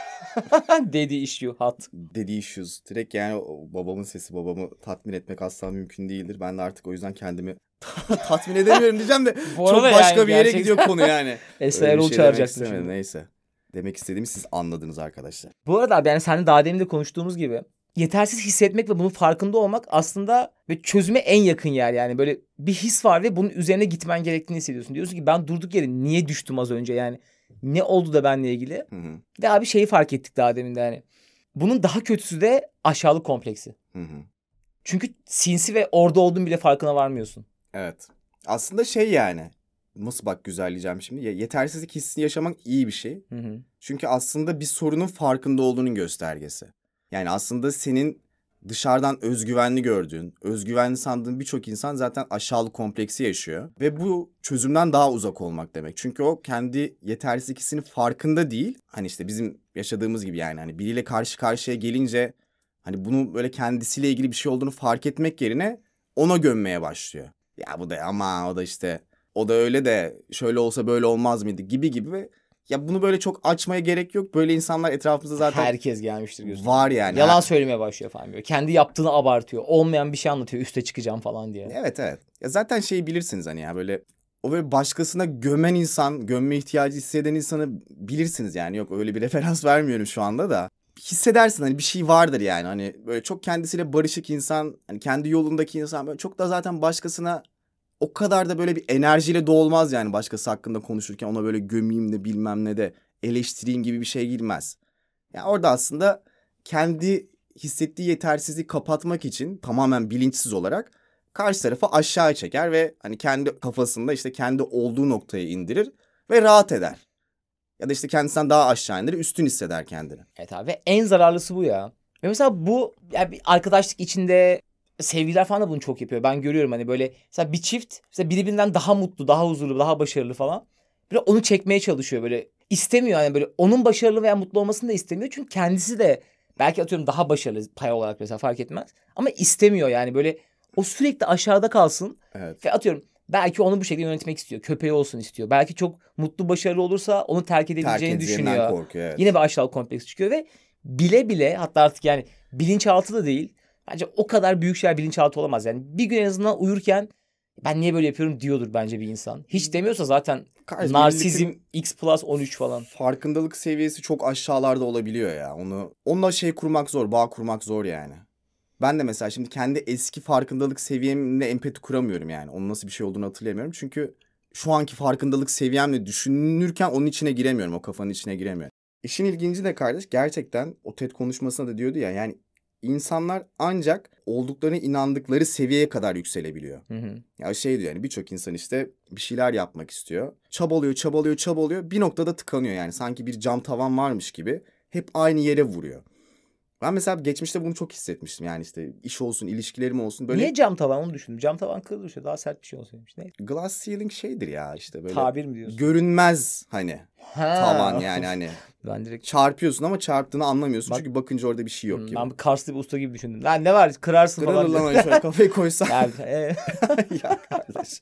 Daddy issue hot. Daddy issues. Direkt yani o babamın sesi, babamı tatmin etmek asla mümkün değildir. Ben de artık o yüzden kendimi tatmin edemiyorum diyeceğim de Bu çok arada başka yani bir yere gerçekten gidiyor konu yani. Esra Öyle bir Erol şey demek çağıracaktım istemedim, şimdi. neyse. Demek istediğimi siz anladınız arkadaşlar. Bu arada abi yani seninle daha demin de konuştuğumuz gibi yetersiz hissetmek ve bunun farkında olmak aslında ve çözüme en yakın yer yani böyle bir his var ve bunun üzerine gitmen gerektiğini hissediyorsun. Diyorsun ki ben durduk yere niye düştüm az önce yani ne oldu da benle ilgili? Hı hı. Ve abi şeyi fark ettik daha demin de yani bunun daha kötüsü de aşağılık kompleksi. Hı hı. Çünkü sinsi ve orada olduğun bile farkına varmıyorsun. Evet. Aslında şey yani. Nasıl bak güzelleyeceğim şimdi. Yetersizlik hissini yaşamak iyi bir şey. Hı hı. Çünkü aslında bir sorunun farkında olduğunun göstergesi. Yani aslında senin dışarıdan özgüvenli gördüğün, özgüvenli sandığın birçok insan zaten aşağılık kompleksi yaşıyor. Ve bu çözümden daha uzak olmak demek. Çünkü o kendi yetersizlik hissinin farkında değil. Hani işte bizim yaşadığımız gibi yani hani biriyle karşı karşıya gelince hani bunu böyle kendisiyle ilgili bir şey olduğunu fark etmek yerine ona gömmeye başlıyor. Ya bu da ama o da işte o da öyle de şöyle olsa böyle olmaz mıydı gibi ve ya bunu böyle çok açmaya gerek yok. Böyle insanlar etrafımızda zaten Herkes gelmiştir gözüne. var yani. Yalan söylemeye başlıyor falan böyle. Kendi yaptığını abartıyor. Olmayan bir şey anlatıyor üste çıkacağım falan diye. Evet, evet. Ya zaten şeyi bilirsiniz hani ya böyle o böyle başkasına gömen insan, gömme ihtiyacı hisseden insanı bilirsiniz yani. Yok öyle bir referans vermiyorum şu anda da. Hissedersin hani bir şey vardır yani. Hani böyle çok kendisiyle barışık insan, hani kendi yolundaki insan böyle çok da zaten başkasına o kadar da böyle bir enerjiyle dolmaz yani başkası hakkında konuşurken ona böyle gömeyim de bilmem ne de eleştireyim gibi bir şey girmez. Yani orada aslında kendi hissettiği yetersizliği kapatmak için tamamen bilinçsiz olarak karşı tarafı aşağı çeker ve hani kendi kafasında işte kendi olduğu noktaya indirir ve rahat eder. Ya da işte kendisinden daha aşağı indirir, üstün hisseder kendini. Evet abi ve en zararlısı bu ya. Ve mesela bu yani bir arkadaşlık içinde sevgililer falan da bunu çok yapıyor. Ben görüyorum hani böyle mesela bir çift mesela birbirinden daha mutlu, daha huzurlu, daha başarılı falan. Böyle onu çekmeye çalışıyor böyle. İstemiyor yani böyle onun başarılı veya mutlu olmasını da istemiyor. Çünkü kendisi de belki atıyorum daha başarılı pay olarak mesela fark etmez. Ama istemiyor yani böyle o sürekli aşağıda kalsın. Evet. Ve atıyorum belki onu bu şekilde yönetmek istiyor. Köpeği olsun istiyor. Belki çok mutlu başarılı olursa onu terk Terk edebileceğini edeceğinden düşünüyor. korkuyor, evet. Yine bir aşağılık kompleksi çıkıyor ve bile bile hatta artık yani bilinçaltı da değil. Bence o kadar büyük şeyler bilinçaltı olamaz. Yani bir gün en azından uyurken ben niye böyle yapıyorum diyordur bence bir insan. Hiç demiyorsa zaten Kardeşim, narsizm milletin X plus 13 falan. farkındalık seviyesi çok aşağılarda olabiliyor ya. Onunla kurmak zor, bağ kurmak zor yani. Ben de mesela şimdi kendi eski farkındalık seviyemle empati kuramıyorum yani. Onun nasıl bir şey olduğunu hatırlayamıyorum. Çünkü şu anki farkındalık seviyemle düşünürken onun içine giremiyorum. O kafanın içine giremiyorum. İşin ilginci de kardeş, gerçekten o TED konuşmasında da diyordu ya, yani insanlar ancak olduklarına inandıkları seviyeye kadar yükselebiliyor. Hı hı. Ya şey diyor yani, birçok insan işte bir şeyler yapmak istiyor. Çabalıyor. Bir noktada tıkanıyor yani. Sanki bir cam tavan varmış gibi hep aynı yere vuruyor. Ben mesela geçmişte bunu çok hissetmiştim. Yani işte iş olsun, ilişkilerim olsun, böyle Niye cam tavan onu düşündüm. Cam tavan kırılır işte daha sert bir şey olsaymış. Ne? glass ceiling şeydir ya, işte böyle Tabir mi diyorsun? görünmez hani tavan, Ha. yani hani Ben direkt çarpıyorsun ama çarptığını anlamıyorsun. bak Çünkü bakınca orada bir şey yok gibi. ben bir Karslı bir usta gibi düşündüm. Lan ne var kırarsın Kırılır falan. lan öyle, şöyle kafayı koysan. Yani, Ya kardeş.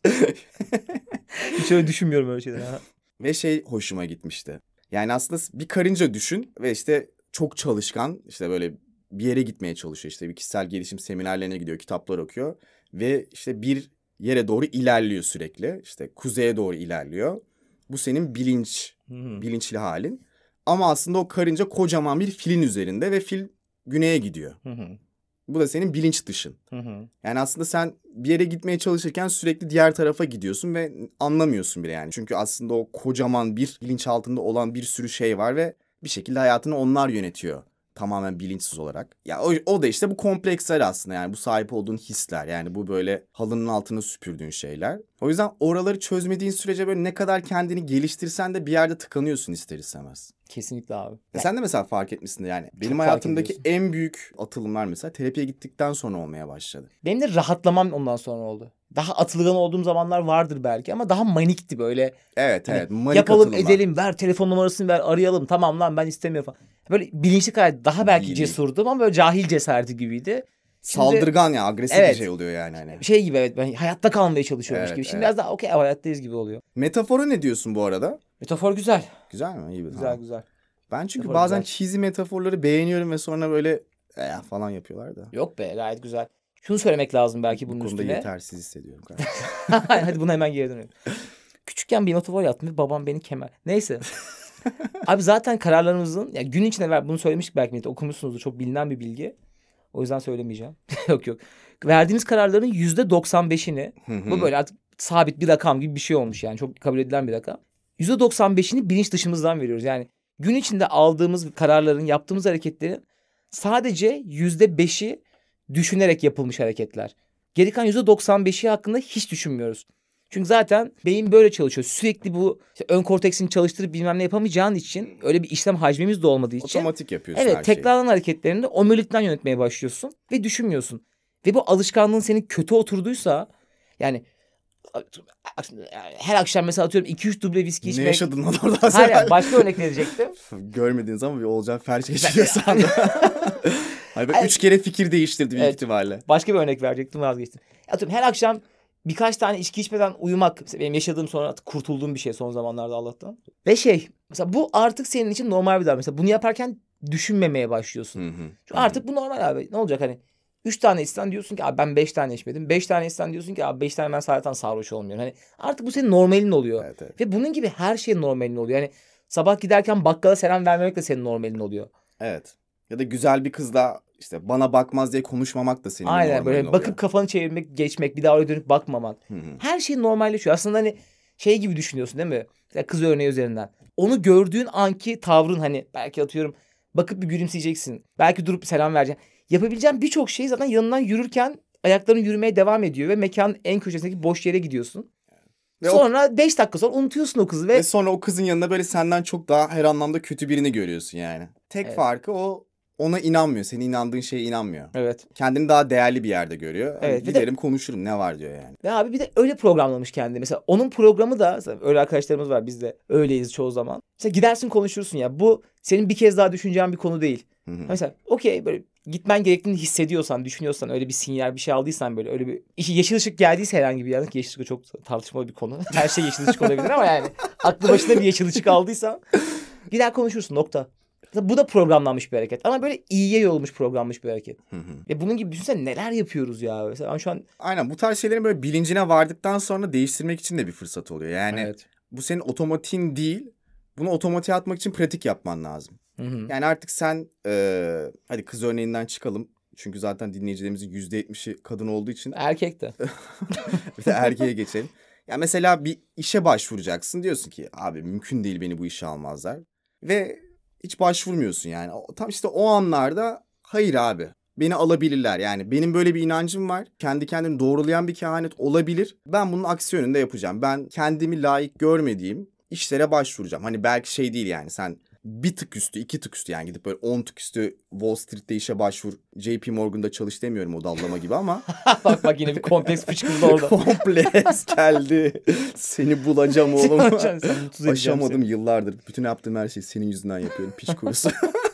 hiç öyle düşünmüyorum öyle şeyler. Ha. Ve şey hoşuma gitmişti. Yani aslında bir karınca düşün ve işte çok çalışkan, işte böyle bir yere gitmeye çalışıyor. İşte bir kişisel gelişim seminerlerine gidiyor, kitaplar okuyor. Ve işte bir yere doğru ilerliyor sürekli. İşte kuzeye doğru ilerliyor. Bu senin Hı. bilinçli halin. Ama aslında o karınca kocaman bir filin üzerinde ve fil güneye gidiyor. Hı hı. Bu da senin bilinç dışın. Hı hı. Yani aslında sen bir yere gitmeye çalışırken sürekli diğer tarafa gidiyorsun ve anlamıyorsun bile yani. Çünkü aslında o kocaman bir bilinçaltında olan bir sürü şey var ve bir şekilde hayatını onlar yönetiyor. Tamamen bilinçsiz olarak. Ya o da işte bu kompleksler aslında, yani bu sahip olduğun hisler. Yani bu böyle halının altına süpürdüğün şeyler. O yüzden oraları çözmediğin sürece böyle ne kadar kendini geliştirsen de bir yerde tıkanıyorsun ister istemez. Kesinlikle abi. Sen de mesela fark etmişsin yani. Benim fark hayatımdaki ediyorsun. en büyük atılımlar mesela terapiye gittikten sonra olmaya başladı. Benim de rahatlamam ondan sonra oldu. Daha atılgan olduğum zamanlar vardır belki ama daha manikti böyle. Evet, Hani evet. Manik yapalım atılımlar. edelim ver telefon numarasını ver arayalım tamam lan ben istemiyorum falan. Böyle bilinçli gayet daha belki Değil. cesurdum ama böyle cahil cesareti gibiydi. Şimdi Saldırgan ya, agresif bir evet şey oluyor yani hani. şey gibi evet ben hayatta kalmaya çalışıyormuş Evet, gibi. Şimdi evet. biraz daha okey hayattayız gibi oluyor. Metafora ne diyorsun bu arada? Metafor güzel. Güzel mi? İyi, Güzel tamam. güzel. Ben çünkü Metafor bazen güzel. cheesy metaforları beğeniyorum ve sonra böyle falan yapıyorlar da. Yok be gayet güzel. Şunu söylemek lazım belki Bu bunun konuda üstüne. yetersiz hissediyorum kardeşim. Hadi buna hemen geri dönelim. Küçükken bir metafor yaptım ve babam beni kemer. Neyse. Abi zaten kararlarımızın ya gün içinde bunu söylemiştik belki millet okumuşsunuzdur çok bilinen bir bilgi. O yüzden söylemeyeceğim. Yok. Verdiğimiz kararların %95'ini bu böyle artık sabit bir rakam gibi bir şey olmuş yani çok kabul edilen bir rakam. %95'ini bilinç dışımızdan veriyoruz. Yani gün içinde aldığımız kararların yaptığımız hareketlerin sadece %5'i düşünerek yapılmış hareketler. Geri kalan %95'i hakkında hiç düşünmüyoruz. Çünkü zaten beyin böyle çalışıyor. Sürekli bu işte ön korteksini çalıştırıp bilmem ne yapamayacağın için öyle bir işlem hacmimiz de olmadığı için. Otomatik yapıyorsun Evet her şeyi. tekrarlanan hareketlerini omurilikten yönetmeye başlıyorsun ve düşünmüyorsun. Ve bu alışkanlığın senin kötü oturduysa yani her akşam mesela atıyorum 2-3 duble viski Ne içmek. yaşadın lan orada Hayır sen? başka örnek verecektim. Görmediğiniz ama bir Olcan felç geçiriyor sandım. Hayır, ben 3 kere fikir değiştirdi büyük Evet. ihtimalle. Başka bir örnek verecektim vazgeçtim. Atıyorum her akşam birkaç tane içki içmeden uyumak mesela benim yaşadığım sonra artık kurtulduğum bir şey son zamanlarda Allah'tan. Ve mesela bu artık senin için normal bir davranış. Mesela bunu yaparken düşünmemeye başlıyorsun. Çünkü artık bu normal abi. Ne olacak hani 3 tane içsen diyorsun ki abi ben 5 tane içmedim. 5 tane içsen diyorsun ki abi 5 tane ben zaten sarhoş olmuyorum. Hani artık bu senin normalin oluyor. Evet, evet. Ve bunun gibi her şey normalin oluyor. Yani sabah giderken bakkala selam vermemek de senin normalin oluyor. Evet. Ya da güzel bir kızla işte bana bakmaz diye konuşmamak da senin Aynen normalin böyle oluyor. bakıp kafanı çevirmek, geçmek, bir daha oraya dönüp bakmaman. Her şey normalleşiyor. Aslında hani şey gibi düşünüyorsun değil mi? Mesela kız örneği üzerinden. Onu gördüğün anki tavrın hani belki atıyorum bakıp bir gülümseyeceksin. Belki durup bir selam vereceksin. Yapabileceğin birçok şey zaten yanından yürürken ayakların yürümeye devam ediyor ve mekanın en köşesindeki boş yere gidiyorsun. Ve Sonra 5 dakika sonra unutuyorsun o kızı ve Ve sonra o kızın yanında böyle senden çok daha her anlamda kötü birini görüyorsun yani. Tek Evet. farkı o ona inanmıyor. Senin inandığın şeye inanmıyor. Evet. Kendini daha değerli bir yerde görüyor. Evet, Hani giderim konuşurum ne var diyor yani. Ve abi bir de öyle programlamış kendini. Mesela onun programı da öyle arkadaşlarımız var, biz de öyleyiz çoğu zaman. Mesela gidersin konuşursun ya. Bu senin bir kez daha düşüneceğin bir konu değil. Mesela okey, böyle gitmen gerektiğini hissediyorsan, düşünüyorsan, öyle bir sinyal bir şey aldıysan, böyle öyle bir yeşil ışık geldiyse herhangi bir yerden, ki yeşil ışık çok tartışmalı bir konu. Her şey yeşil ışık olabilir ama yani aklı başında bir yeşil ışık aldıysan gider konuşursun, nokta. Bu da programlanmış bir hareket. Ama böyle iyiye yorulmuş, programlanmış bir hareket. Ve bunun gibi düşünsene neler yapıyoruz ya. Mesela ben şu an... Aynen, bu tarz şeylerin böyle bilincine vardıktan sonra değiştirmek için de bir fırsat oluyor. Yani Evet. bu senin otomatiğin değil. Bunu otomatiğe atmak için pratik yapman lazım. Yani artık sen hadi kız örneğinden çıkalım. Çünkü zaten dinleyicilerimizin %70'i kadın olduğu için. Erkek de. Bir de erkeğe geçelim. Ya mesela bir işe başvuracaksın. Diyorsun ki abi mümkün değil, beni bu işe almazlar. Ve hiç başvurmuyorsun yani. Tam işte o anlarda hayır abi, beni alabilirler. Yani benim böyle bir inancım var. Kendi kendini doğrulayan bir kehanet olabilir. Ben bunun aksi yönünde yapacağım. Ben kendimi layık görmediğim işlere başvuracağım. Hani belki şey değil yani, sen bir tık üstü, 2 tık üstü, yani gidip böyle 10 tık üstü Wall Street'te işe başvur, JP Morgan'da çalış demiyorum, o dallama gibi ama. Bak yine bir kompleks fışkırdı orada. Kompleks geldi. Seni bulacağım oğlum. Sen Aşamadım yıllardır. Bütün yaptığım her şeyi senin yüzünden yapıyorum. Piç kurusu.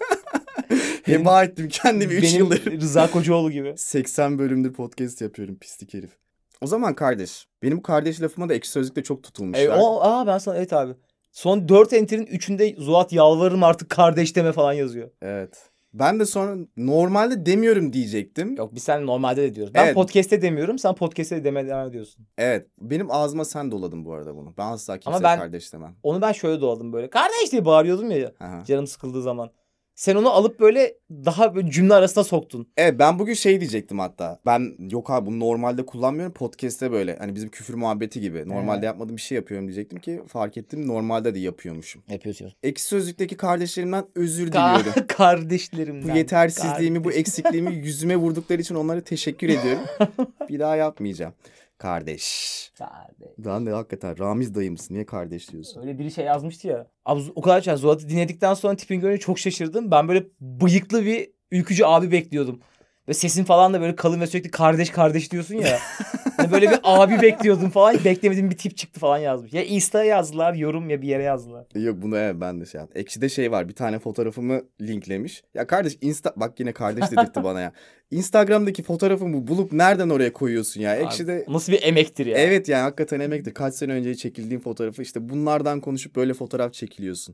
Heba ettim kendimi 3 yıldır. Benim Rıza Kocaoğlu gibi. 80 bölümdür podcast yapıyorum, pislik herif. O zaman kardeş. Benim bu kardeş lafıma da Ekşi Sözlük'te çok tutulmuşlar. Ben sana evet abi. Son 4 enter'in 3'ünde Zuhat yalvarırım artık kardeş deme falan yazıyor. Evet. Ben de sonra normalde demiyorum diyecektim. Yok, biz sen normalde de diyoruz. Ben Evet. Podcast'te demiyorum, sen podcast'te de demeye devam ediyorsun. Evet. Benim ağzıma sen doladın bu arada bunu. Ben asla kimseye ben- kardeş demem. Onu ben şöyle doladım böyle. Kardeş diye bağırıyordum ya Aha. canım sıkıldığı zaman. Sen onu alıp böyle daha böyle cümle arasına soktun. Evet, ben bugün şey diyecektim hatta. Ben yok abi bunu normalde kullanmıyorum. Podcast'te böyle hani bizim küfür muhabbeti gibi. Normalde yapmadığım bir şey yapıyorum diyecektim ki fark ettim normalde de yapıyormuşum. Yapıyorsun. Ekşi Sözlük'teki kardeşlerimden özür diliyorum. Kardeşlerimden. Bu yetersizliğimi, bu eksikliğimi yüzüme vurdukları için onlara teşekkür ediyorum. Bir daha yapmayacağım. Kardeş. Daha ne hakikaten Ramiz dayımsın. Niye kardeş diyorsun? Öyle biri şey yazmıştı ya. Abi o kadar şey. Zuhat'ı dinledikten sonra tipini görünce çok şaşırdım. Ben böyle bıyıklı bir ülkücü abi bekliyordum. Ve sesin falan da böyle kalın ve sürekli kardeş kardeş diyorsun ya. Hani böyle bir abi bekliyordum falan. Beklemediğim bir tip çıktı falan yazmış. Ya Insta'ya yazdılar, yorum ya bir yere yazdılar. Yok bunu ben de şey yaptım. Ekşi'de şey var, bir tane fotoğrafımı linklemiş. Ya kardeş bak yine kardeş dedirtti bana ya. Instagram'daki fotoğrafımı bulup nereden oraya koyuyorsun ya? Ekşi'de... Abi, nasıl bir emektir ya. Evet yani hakikaten emektir. Kaç sene önce çekildiğim fotoğrafı işte bunlardan konuşup böyle fotoğraf çekiliyorsun.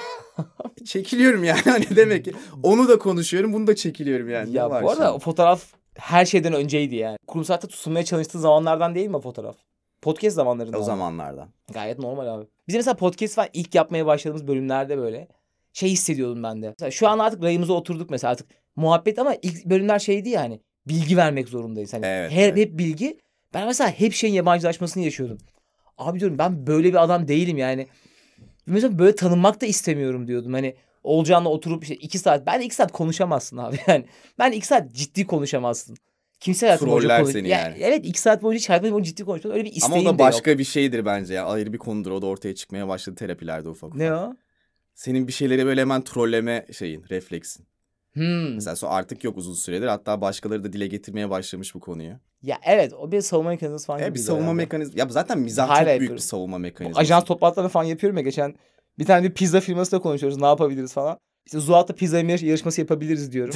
Çekiliyorum yani hani demek ki. Onu da konuşuyorum, bunu da çekiliyorum yani. Ya bu arada o fotoğraf her şeyden önceydi yani. Kurumsalda tutulmaya çalıştığı zamanlardan değil mi o fotoğraf? Podcast zamanlarında. O zamanlardan. Gayet normal abi. Biz mesela podcast falan ilk yapmaya başladığımız bölümlerde böyle şey hissediyordum ben de. Mesela şu an artık rayımıza oturduk mesela, artık muhabbet, ama ilk bölümler şeydi yani. Bilgi vermek zorundayız. Hani Evet, hep bilgi. Ben mesela hep şeyin yabancılaşmasını yaşıyordum. Abi diyorum, ben böyle bir adam değilim yani. Mesela böyle tanınmak da istemiyorum diyordum. Hani Olcan'la oturup işte 2 saat. Ben 2 saat konuşamazsın abi yani. Ben 2 saat ciddi konuşamazsın. Kimse hayatım boyunca Troller seni yani. Evet, 2 saat boyunca şarkı boyunca ciddi konuşmaz. Öyle bir isteğim de Ama o yok. da başka bir şeydir bence ya. Ayrı bir konudur. O da ortaya çıkmaya başladı terapilerde ufak ufak. Ne o? Senin bir şeyleri böyle hemen trolleme şeyin, refleksin. Hmm. Mesela artık yok uzun süredir. Hatta başkaları da dile getirmeye başlamış bu konuyu. Ya evet, o bir savunma mekanizması falan gibi. Bir savunma mekanizması. Ya zaten mizah Hala çok büyük yapıyorum. bir savunma mekanizması. Ajans toplantılarını falan yapıyorum ya. Geçen bir tane bir pizza firmasıyla konuşuyoruz. Ne yapabiliriz falan. İşte Zuhat'la pizza yarışması yapabiliriz diyorum.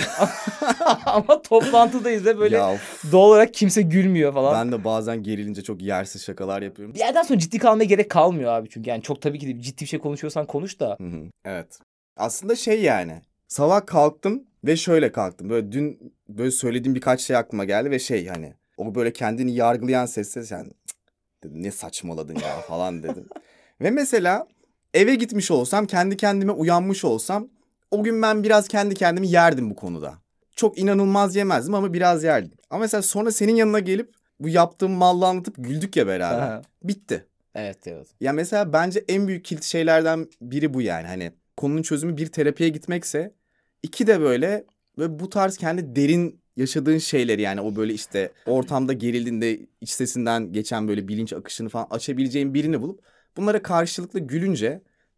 Ama toplantıdayız ve böyle doğal olarak kimse gülmüyor falan. Ben de bazen gerilince çok yersiz şakalar yapıyorum. Bir yerden sonra ciddi kalmaya gerek kalmıyor abi çünkü. Yani çok tabii ki de ciddi bir şey konuşuyorsan konuş da. Evet. Aslında şey yani. Sabah kalktım ve şöyle kalktım. Böyle dün böyle söylediğim birkaç şey aklıma geldi ve şey hani. O böyle kendini yargılayan sesle sen dedim, ne saçmaladın ya falan dedim. Ve mesela eve gitmiş olsam, kendi kendime uyanmış olsam o gün ben biraz kendi kendimi yerdim bu konuda. Çok inanılmaz yemezdim ama biraz yerdim. Ama mesela sonra senin yanına gelip bu yaptığım mallı anlatıp güldük ya beraber. Aha. Bitti. Evet. Ya mesela bence en büyük kilit şeylerden biri bu yani. Hani konunun çözümü bir terapiye gitmekse, 2 de böyle bu tarz kendi derin yaşadığın şeyleri, yani o böyle işte ortamda gerildiğinde iç sesinden geçen böyle bilinç akışını falan açabileceğin birini bulup bunlara karşılıklı gülünce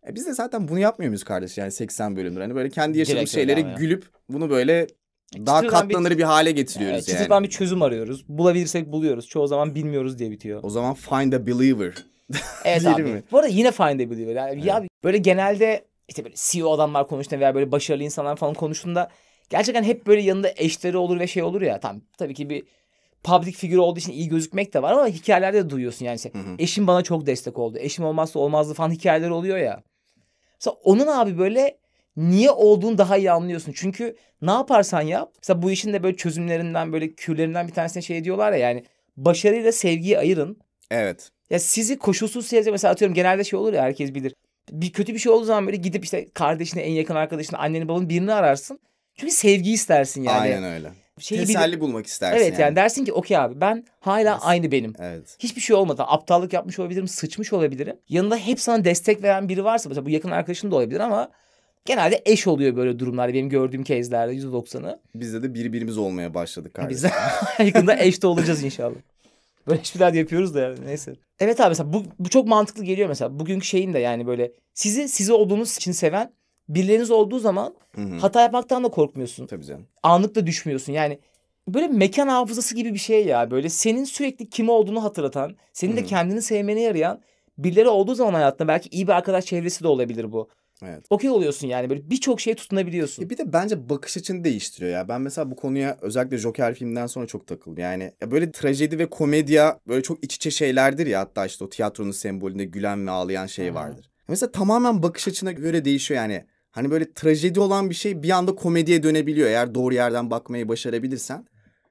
Biz de zaten bunu yapmıyor muyuz kardeş yani 80 bölümdür. Hani böyle kendi yaşadığımız Direkt öyle şeylere ama ya. gülüp bunu böyle daha Çıtırdan katlanır bir hale getiriyoruz Evet, yani. çıtırdan bir çözüm arıyoruz. Bulabilirsek buluyoruz. Çoğu zaman bilmiyoruz diye bitiyor. O zaman find a believer. Evet Diyelim abi. mi? Bu arada yine find a believer. Yani ya böyle genelde işte böyle CEO adamlar konuştuğunda veya böyle başarılı insanlar falan konuştuğunda gerçekten hep böyle yanında eşleri olur ve şey olur ya. Tabii ki bir public figür olduğu için iyi gözükmek de var ama hikayelerde de duyuyorsun yani. İşte, eşim bana çok destek oldu. Eşim olmazsa olmazdı falan hikayeleri oluyor ya. Mesela onun abi böyle niye olduğunu daha iyi anlıyorsun. Çünkü ne yaparsan yap. Mesela bu işin de böyle çözümlerinden böyle kürlerinden bir tanesine şey diyorlar ya yani. Başarıyla sevgiyi ayırın. Evet. Ya sizi koşulsuz sevecek. Mesela atıyorum genelde şey olur ya herkes bilir. Bir kötü bir şey olduğu zaman böyle gidip işte kardeşini, en yakın arkadaşını, anneni, babanı birini ararsın. Çünkü sevgi istersin yani. Aynen öyle. Şeyi Teselli bulmak istersin Evet yani dersin ki okey abi ben hala aynı benim. Evet. Hiçbir şey olmadı. Aptallık yapmış olabilirim, sıçmış olabilirim. Yanında hep sana destek veren biri varsa mesela bu yakın arkadaşın da olabilir ama genelde eş oluyor böyle durumlarda benim gördüğüm case'lerde %90'ı. Bizde de birbirimiz olmaya başladık kardeşim. Biz de yakında eş de olacağız inşallah. Böyle espriler yapıyoruz da yani neyse. Evet abi mesela bu çok mantıklı geliyor mesela. Bugünkü şeyin de yani böyle sizi olduğunuz için seven birileriniz olduğu zaman hata yapmaktan da korkmuyorsun. Tabii canım. Anlıkla düşmüyorsun yani. Böyle mekan hafızası gibi bir şey ya. Böyle senin sürekli kim olduğunu hatırlatan, senin de kendini sevmene yarayan birileri olduğu zaman hayatında belki iyi bir arkadaş çevresi de olabilir bu. Evet. Okey oluyorsun yani böyle birçok şeye tutunabiliyorsun. Bir de bence bakış açını değiştiriyor ya. Ben mesela bu konuya özellikle Joker filminden sonra çok takıldım. Yani ya böyle trajedi ve komedya böyle çok iç içe şeylerdir ya. Hatta işte o tiyatronun sembolünde gülen ve ağlayan şey vardır. Mesela tamamen bakış açına göre değişiyor yani. Hani böyle trajedi olan bir şey bir anda komediye dönebiliyor eğer doğru yerden bakmayı başarabilirsen.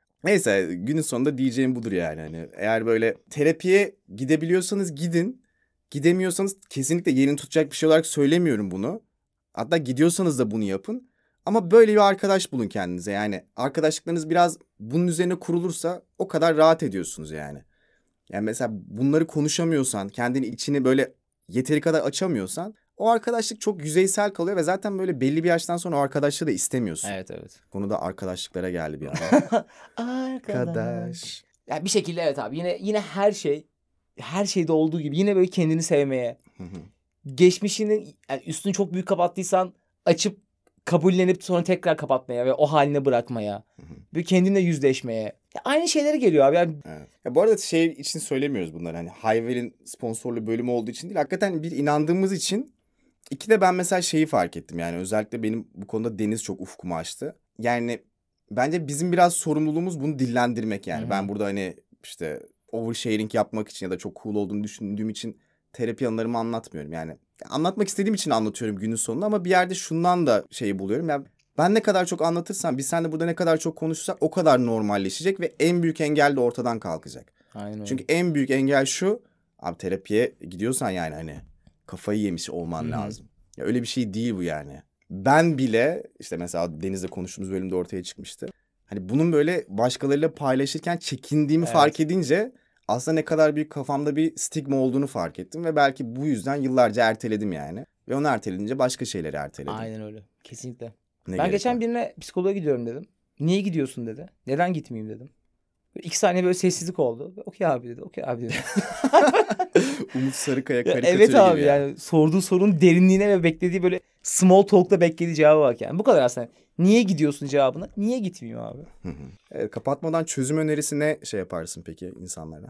Neyse günün sonunda diyeceğim budur yani. Hani eğer böyle terapiye gidebiliyorsanız gidin. Gidemiyorsanız kesinlikle yerini tutacak bir şey olarak söylemiyorum bunu. Hatta gidiyorsanız da bunu yapın. Ama böyle bir arkadaş bulun kendinize. Yani arkadaşlıklarınız biraz bunun üzerine kurulursa o kadar rahat ediyorsunuz yani. Yani mesela bunları konuşamıyorsan, kendini içini böyle yeteri kadar açamıyorsan o arkadaşlık çok yüzeysel kalıyor ve zaten böyle belli bir yaştan sonra o arkadaşlığı da istemiyorsun. Evet. Konu da arkadaşlıklara geldi bir anda. Arkadaş. Yani bir şekilde evet abi yine her şeyde olduğu gibi yine böyle kendini sevmeye, geçmişini yani üstünü çok büyük kapattıysan açıp kabullenip sonra tekrar kapatmaya ve o haline bırakmaya. Bir kendinle yüzleşmeye. Ya aynı şeyleri geliyor abi. Yani... Evet. Ya bu arada şey için söylemiyoruz bunları. Hani Hayvel'in sponsorlu bölümü olduğu için değil. Hakikaten bir inandığımız için. İki de ben mesela şeyi fark ettim. Yani özellikle benim bu konuda Deniz çok ufkumu açtı. Yani bence bizim biraz sorumluluğumuz bunu dillendirmek yani. Ben burada hani işte oversharing yapmak için ya da çok cool olduğunu düşündüğüm için terapi anılarımı anlatmıyorum. Yani anlatmak istediğim için anlatıyorum günün sonunda ama bir yerde şundan da şeyi buluyorum. Yani ben ne kadar çok anlatırsam, biz seninle burada ne kadar çok konuşsak o kadar normalleşecek ve en büyük engel de ortadan kalkacak. Aynen öyle. Çünkü en büyük engel şu, abi terapiye gidiyorsan yani hani kafayı yemiş olman lazım. Ya öyle bir şey değil bu yani. Ben bile işte mesela Deniz'le konuştuğumuz bölümde ortaya çıkmıştı. Hani bunun böyle başkalarıyla paylaşırken çekindiğimi fark edince aslında ne kadar büyük kafamda bir stigma olduğunu fark ettim. Ve belki bu yüzden yıllarca erteledim yani. Ve onu erteleyince başka şeyleri erteledim. Aynen öyle. Kesinlikle. Ne Ben geçen var? birine psikoloğa gidiyorum dedim. Niye gidiyorsun dedi. Neden gitmeyeyim dedim. 2 saniye böyle sessizlik oldu. Okey abi dedi. Okey abi dedi. Umut Sarıkaya karikatürü Evet abi gibi yani sorduğu sorunun derinliğine ve beklediği böyle small talk'ta beklediği cevaba bak yani. Bu kadar aslında. Niye gidiyorsun cevabına? Niye gitmiyor abi? Evet, kapatmadan çözüm önerisi ne şey yaparsın peki insanlara?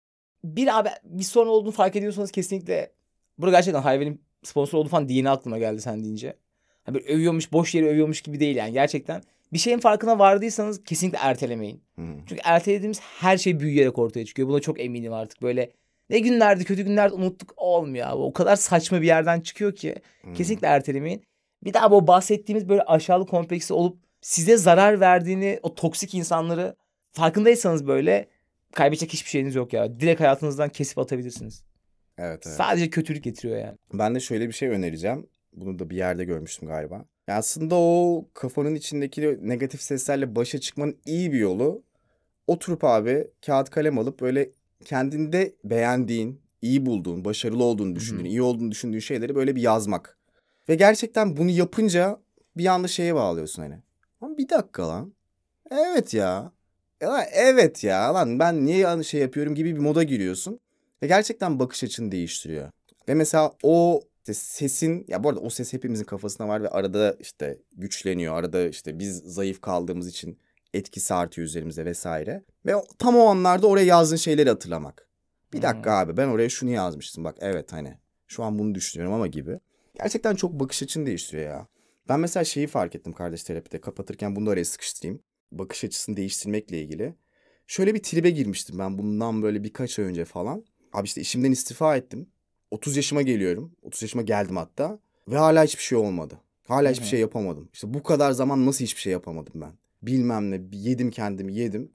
Bir sorun olduğunu fark ediyorsanız kesinlikle burada gerçekten Hayvel'in sponsor olduğu falan dini aklıma geldi sen deyince. Hani böyle övüyormuş, boş yere övüyormuş gibi değil yani. Gerçekten bir şeyin farkına vardıysanız kesinlikle ertelemeyin. Çünkü ertelediğimiz her şey büyüyerek ortaya çıkıyor. Buna çok eminim artık. Böyle ne günlerdi, kötü günlerde unuttuk olmuyor abi. O kadar saçma bir yerden çıkıyor ki kesinlikle ertelemeyin. Bir daha bu bahsettiğimiz böyle aşağılık kompleksi olup size zarar verdiğini, o toksik insanları farkındaysanız böyle kaybedecek hiçbir şeyiniz yok ya. Direkt hayatınızdan kesip atabilirsiniz. Evet. Sadece kötülük getiriyor yani. Ben de şöyle bir şey önereceğim. Bunu da bir yerde görmüştüm galiba. Ya aslında o kafanın içindeki negatif seslerle başa çıkmanın iyi bir yolu. Oturup abi kağıt kalem alıp böyle kendinde beğendiğin, iyi bulduğun, başarılı olduğunu düşündüğün, iyi olduğunu düşündüğün şeyleri böyle bir yazmak. Ve gerçekten bunu yapınca bir anda şeye bağlıyorsun hani. Lan bir dakika lan. Evet ya. Evet ya lan ben niye yanlış şey yapıyorum gibi bir moda giriyorsun. Ve gerçekten bakış açını değiştiriyor. Ve mesela o İşte sesin, ya bu arada o ses hepimizin kafasında var ve arada işte güçleniyor. Arada işte biz zayıf kaldığımız için etkisi artıyor üzerimize vesaire. Ve tam o anlarda oraya yazdığın şeyleri hatırlamak. Bir dakika abi, ben oraya şunu yazmıştım, bak evet hani şu an bunu düşünüyorum ama gibi. Gerçekten çok bakış açını değiştiriyor ya. Ben mesela şeyi fark ettim kardeş terapide, kapatırken bunu da araya sıkıştırayım. Bakış açısını değiştirmekle ilgili. Şöyle bir tribe girmiştim ben bundan böyle birkaç ay önce falan. Abi işte işimden istifa ettim. 30 yaşıma geliyorum. 30 yaşıma geldim hatta. Ve hala hiçbir şey olmadı. Hala hiçbir şey yapamadım. İşte bu kadar zaman nasıl hiçbir şey yapamadım ben? Bilmem ne, yedim kendimi, yedim.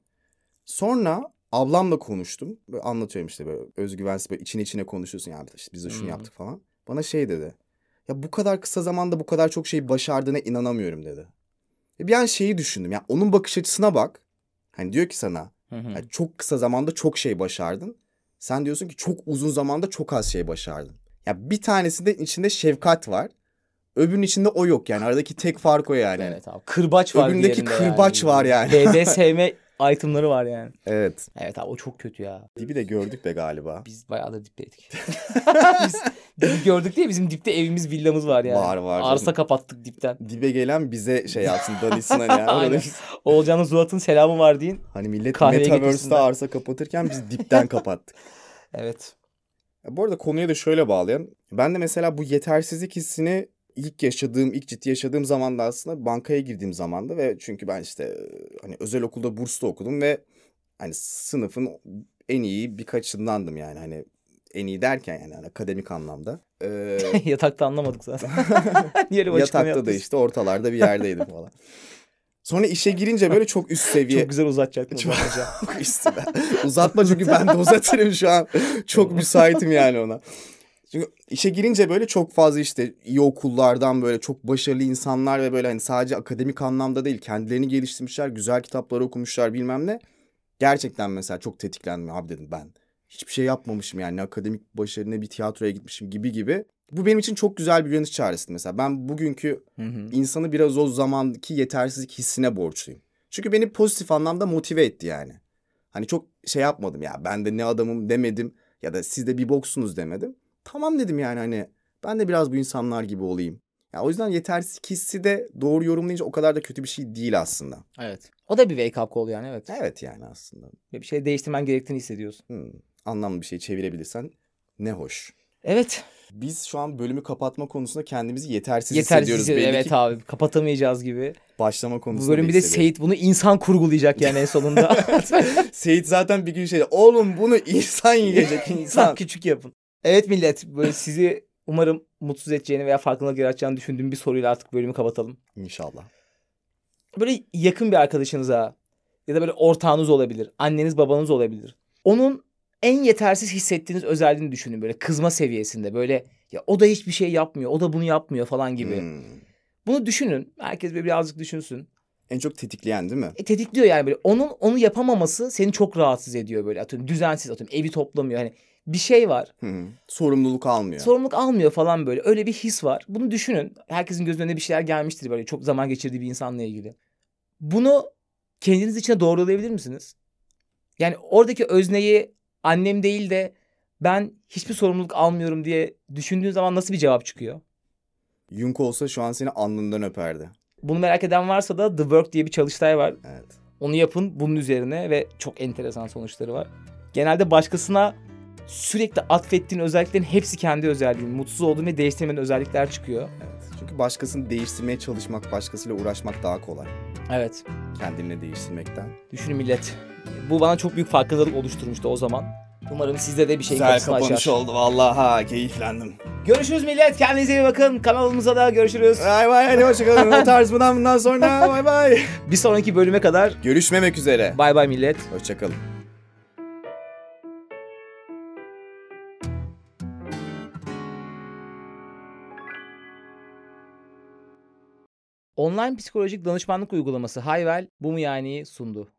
Sonra ablamla konuştum. Böyle anlatıyorum işte, böyle özgüvensiz, böyle içine içine konuşuyorsun. Yani işte biz de şunu yaptık falan. Bana şey dedi. Ya bu kadar kısa zamanda bu kadar çok şey başardığına inanamıyorum dedi. Bir an şeyi düşündüm. Ya onun bakış açısına bak. Hani diyor ki sana, yani çok kısa zamanda çok şey başardın. Sen diyorsun ki çok uzun zamanda çok az şey başardın. Ya bir tanesinde içinde şefkat var. Öbürünün içinde o yok yani. Aradaki tek fark o yani. Evet abi. Kırbaç var Öbüründeki diğerinde kırbaç var yani. BDSM itemları var yani. Evet. Evet abi, o çok kötü ya. Dibi de gördük be galiba. Biz bayağı da dipteydik. Biz dibi gördük diye bizim dipte evimiz, villamız var yani. Var. Arsa kapattık dipten. Dibe gelen bize şey yapsın, danışsın hani. Aynen. Oğulcan'ın Zuhat'ın selamı var deyin. Hani millet Kahveye Metaverse'de getirsinler. arsa kapatırken biz dipten kapattık. Evet. Bu arada konuya da şöyle bağlayayım. Ben de mesela bu yetersizlik hissini ilk ciddi yaşadığım zamanda aslında bankaya girdiğim zamanda ve çünkü ben işte hani özel okulda burslu okudum ve hani sınıfın en iyi birkaçındandım yani, hani en iyi derken yani hani akademik anlamda. Yatakta anlamadık zaten. Niye öyle bir açıklama Yatakta da yaptınız? işte ortalarda bir yerdeydim falan. Sonra işe girince böyle çok üst seviye. Çok güzel uzatacaktın Çok hocam. üstüne. Uzatma çünkü ben de uzatırım şu an. Çok müsaitim yani ona. Çünkü işe girince böyle çok fazla işte iyi okullardan böyle çok başarılı insanlar ve böyle hani sadece akademik anlamda değil, kendilerini geliştirmişler, güzel kitaplar okumuşlar bilmem ne. Gerçekten mesela çok tetiklendim, abi dedim ben hiçbir şey yapmamışım yani, ne akademik başarı ne bir tiyatroya gitmişim gibi. Bu benim için çok güzel bir uyanış çağrısıydı mesela. Ben bugünkü insanı biraz o zamanki yetersizlik hissine borçluyum. Çünkü beni pozitif anlamda motive etti yani. Hani çok şey yapmadım ya, ben de ne adamım demedim ya da siz de bir boksunuz demedim. Tamam dedim yani, hani ben de biraz bu insanlar gibi olayım. Ya o yüzden yetersizlik hissi de doğru yorumlayınca o kadar da kötü bir şey değil aslında. Evet. O da bir wake up call yani, evet. Evet yani aslında. Bir şey değiştirmen gerektiğini hissediyorsun. Anlamlı bir şey çevirebilirsen ne hoş. Evet. Biz şu an bölümü kapatma konusunda kendimizi yetersiz Yetersiz hissediyoruz. hissediyorum. Belli Evet ki abi, kapatamayacağız gibi. başlama Bu konusunda bölüm bir de hissediyoruz. Seyit bunu insan kurgulayacak yani en sonunda. Seyit zaten bir gün şey, oğlum bunu insan yiyecek insan. Küçük yapın. Evet millet, böyle sizi umarım mutsuz edeceğini veya farkındalık yaratacağını düşündüğüm bir soruyla artık bölümü kapatalım. İnşallah. Böyle yakın bir arkadaşınıza ya da böyle ortağınız olabilir, anneniz babanız olabilir. Onun en yetersiz hissettiğiniz özelliğini düşünün, böyle kızma seviyesinde, böyle ya o da hiçbir şey yapmıyor, o da bunu yapmıyor falan gibi. Bunu düşünün. Herkes böyle birazcık düşünsün. En çok tetikleyen değil mi? Tetikliyor yani, böyle onu yapamaması seni çok rahatsız ediyor böyle. Atıyorum düzensiz, atıyorum evi toplamıyor. Hani bir şey var. Sorumluluk almıyor. Sorumluluk almıyor falan böyle. Öyle bir his var. Bunu düşünün. Herkesin gözünün önüne bir şeyler gelmiştir böyle, çok zaman geçirdiği bir insanla ilgili. Bunu kendiniz içine doğrulayabilir misiniz? Yani oradaki özneyi annem değil de ben hiçbir sorumluluk almıyorum diye düşündüğün zaman nasıl bir cevap çıkıyor? Jung olsa şu an seni alnından öperdi. Bunu merak eden varsa da The Work diye bir çalıştay var. Evet. Onu yapın bunun üzerine ve çok enteresan sonuçları var. Genelde başkasına sürekli atfettiğin özelliklerin hepsi kendi özelliğin. Mutsuz olduğun ve değiştirmenin özellikler çıkıyor. Evet. Çünkü başkasını değiştirmeye çalışmak, başkasıyla uğraşmak daha kolay. Evet. Kendini değiştirmekten. Düşünün millet. Bu bana çok büyük farkındalık oluşturmuştu o zaman. Umarım sizde de bir şeyin Güzel kapısını kapanış açar. oldu vallahi, ha keyiflendim. Görüşürüz millet. Kendinize iyi bakın. Kanalımıza da görüşürüz. Bay bay, hadi hoşçakalın. O tarz bundan sonra bay bay. Bir sonraki bölüme kadar Görüşmemek üzere. bay bay millet. Hoşçakalın. Online psikolojik danışmanlık uygulaması Hayvel bu mu yani sundu.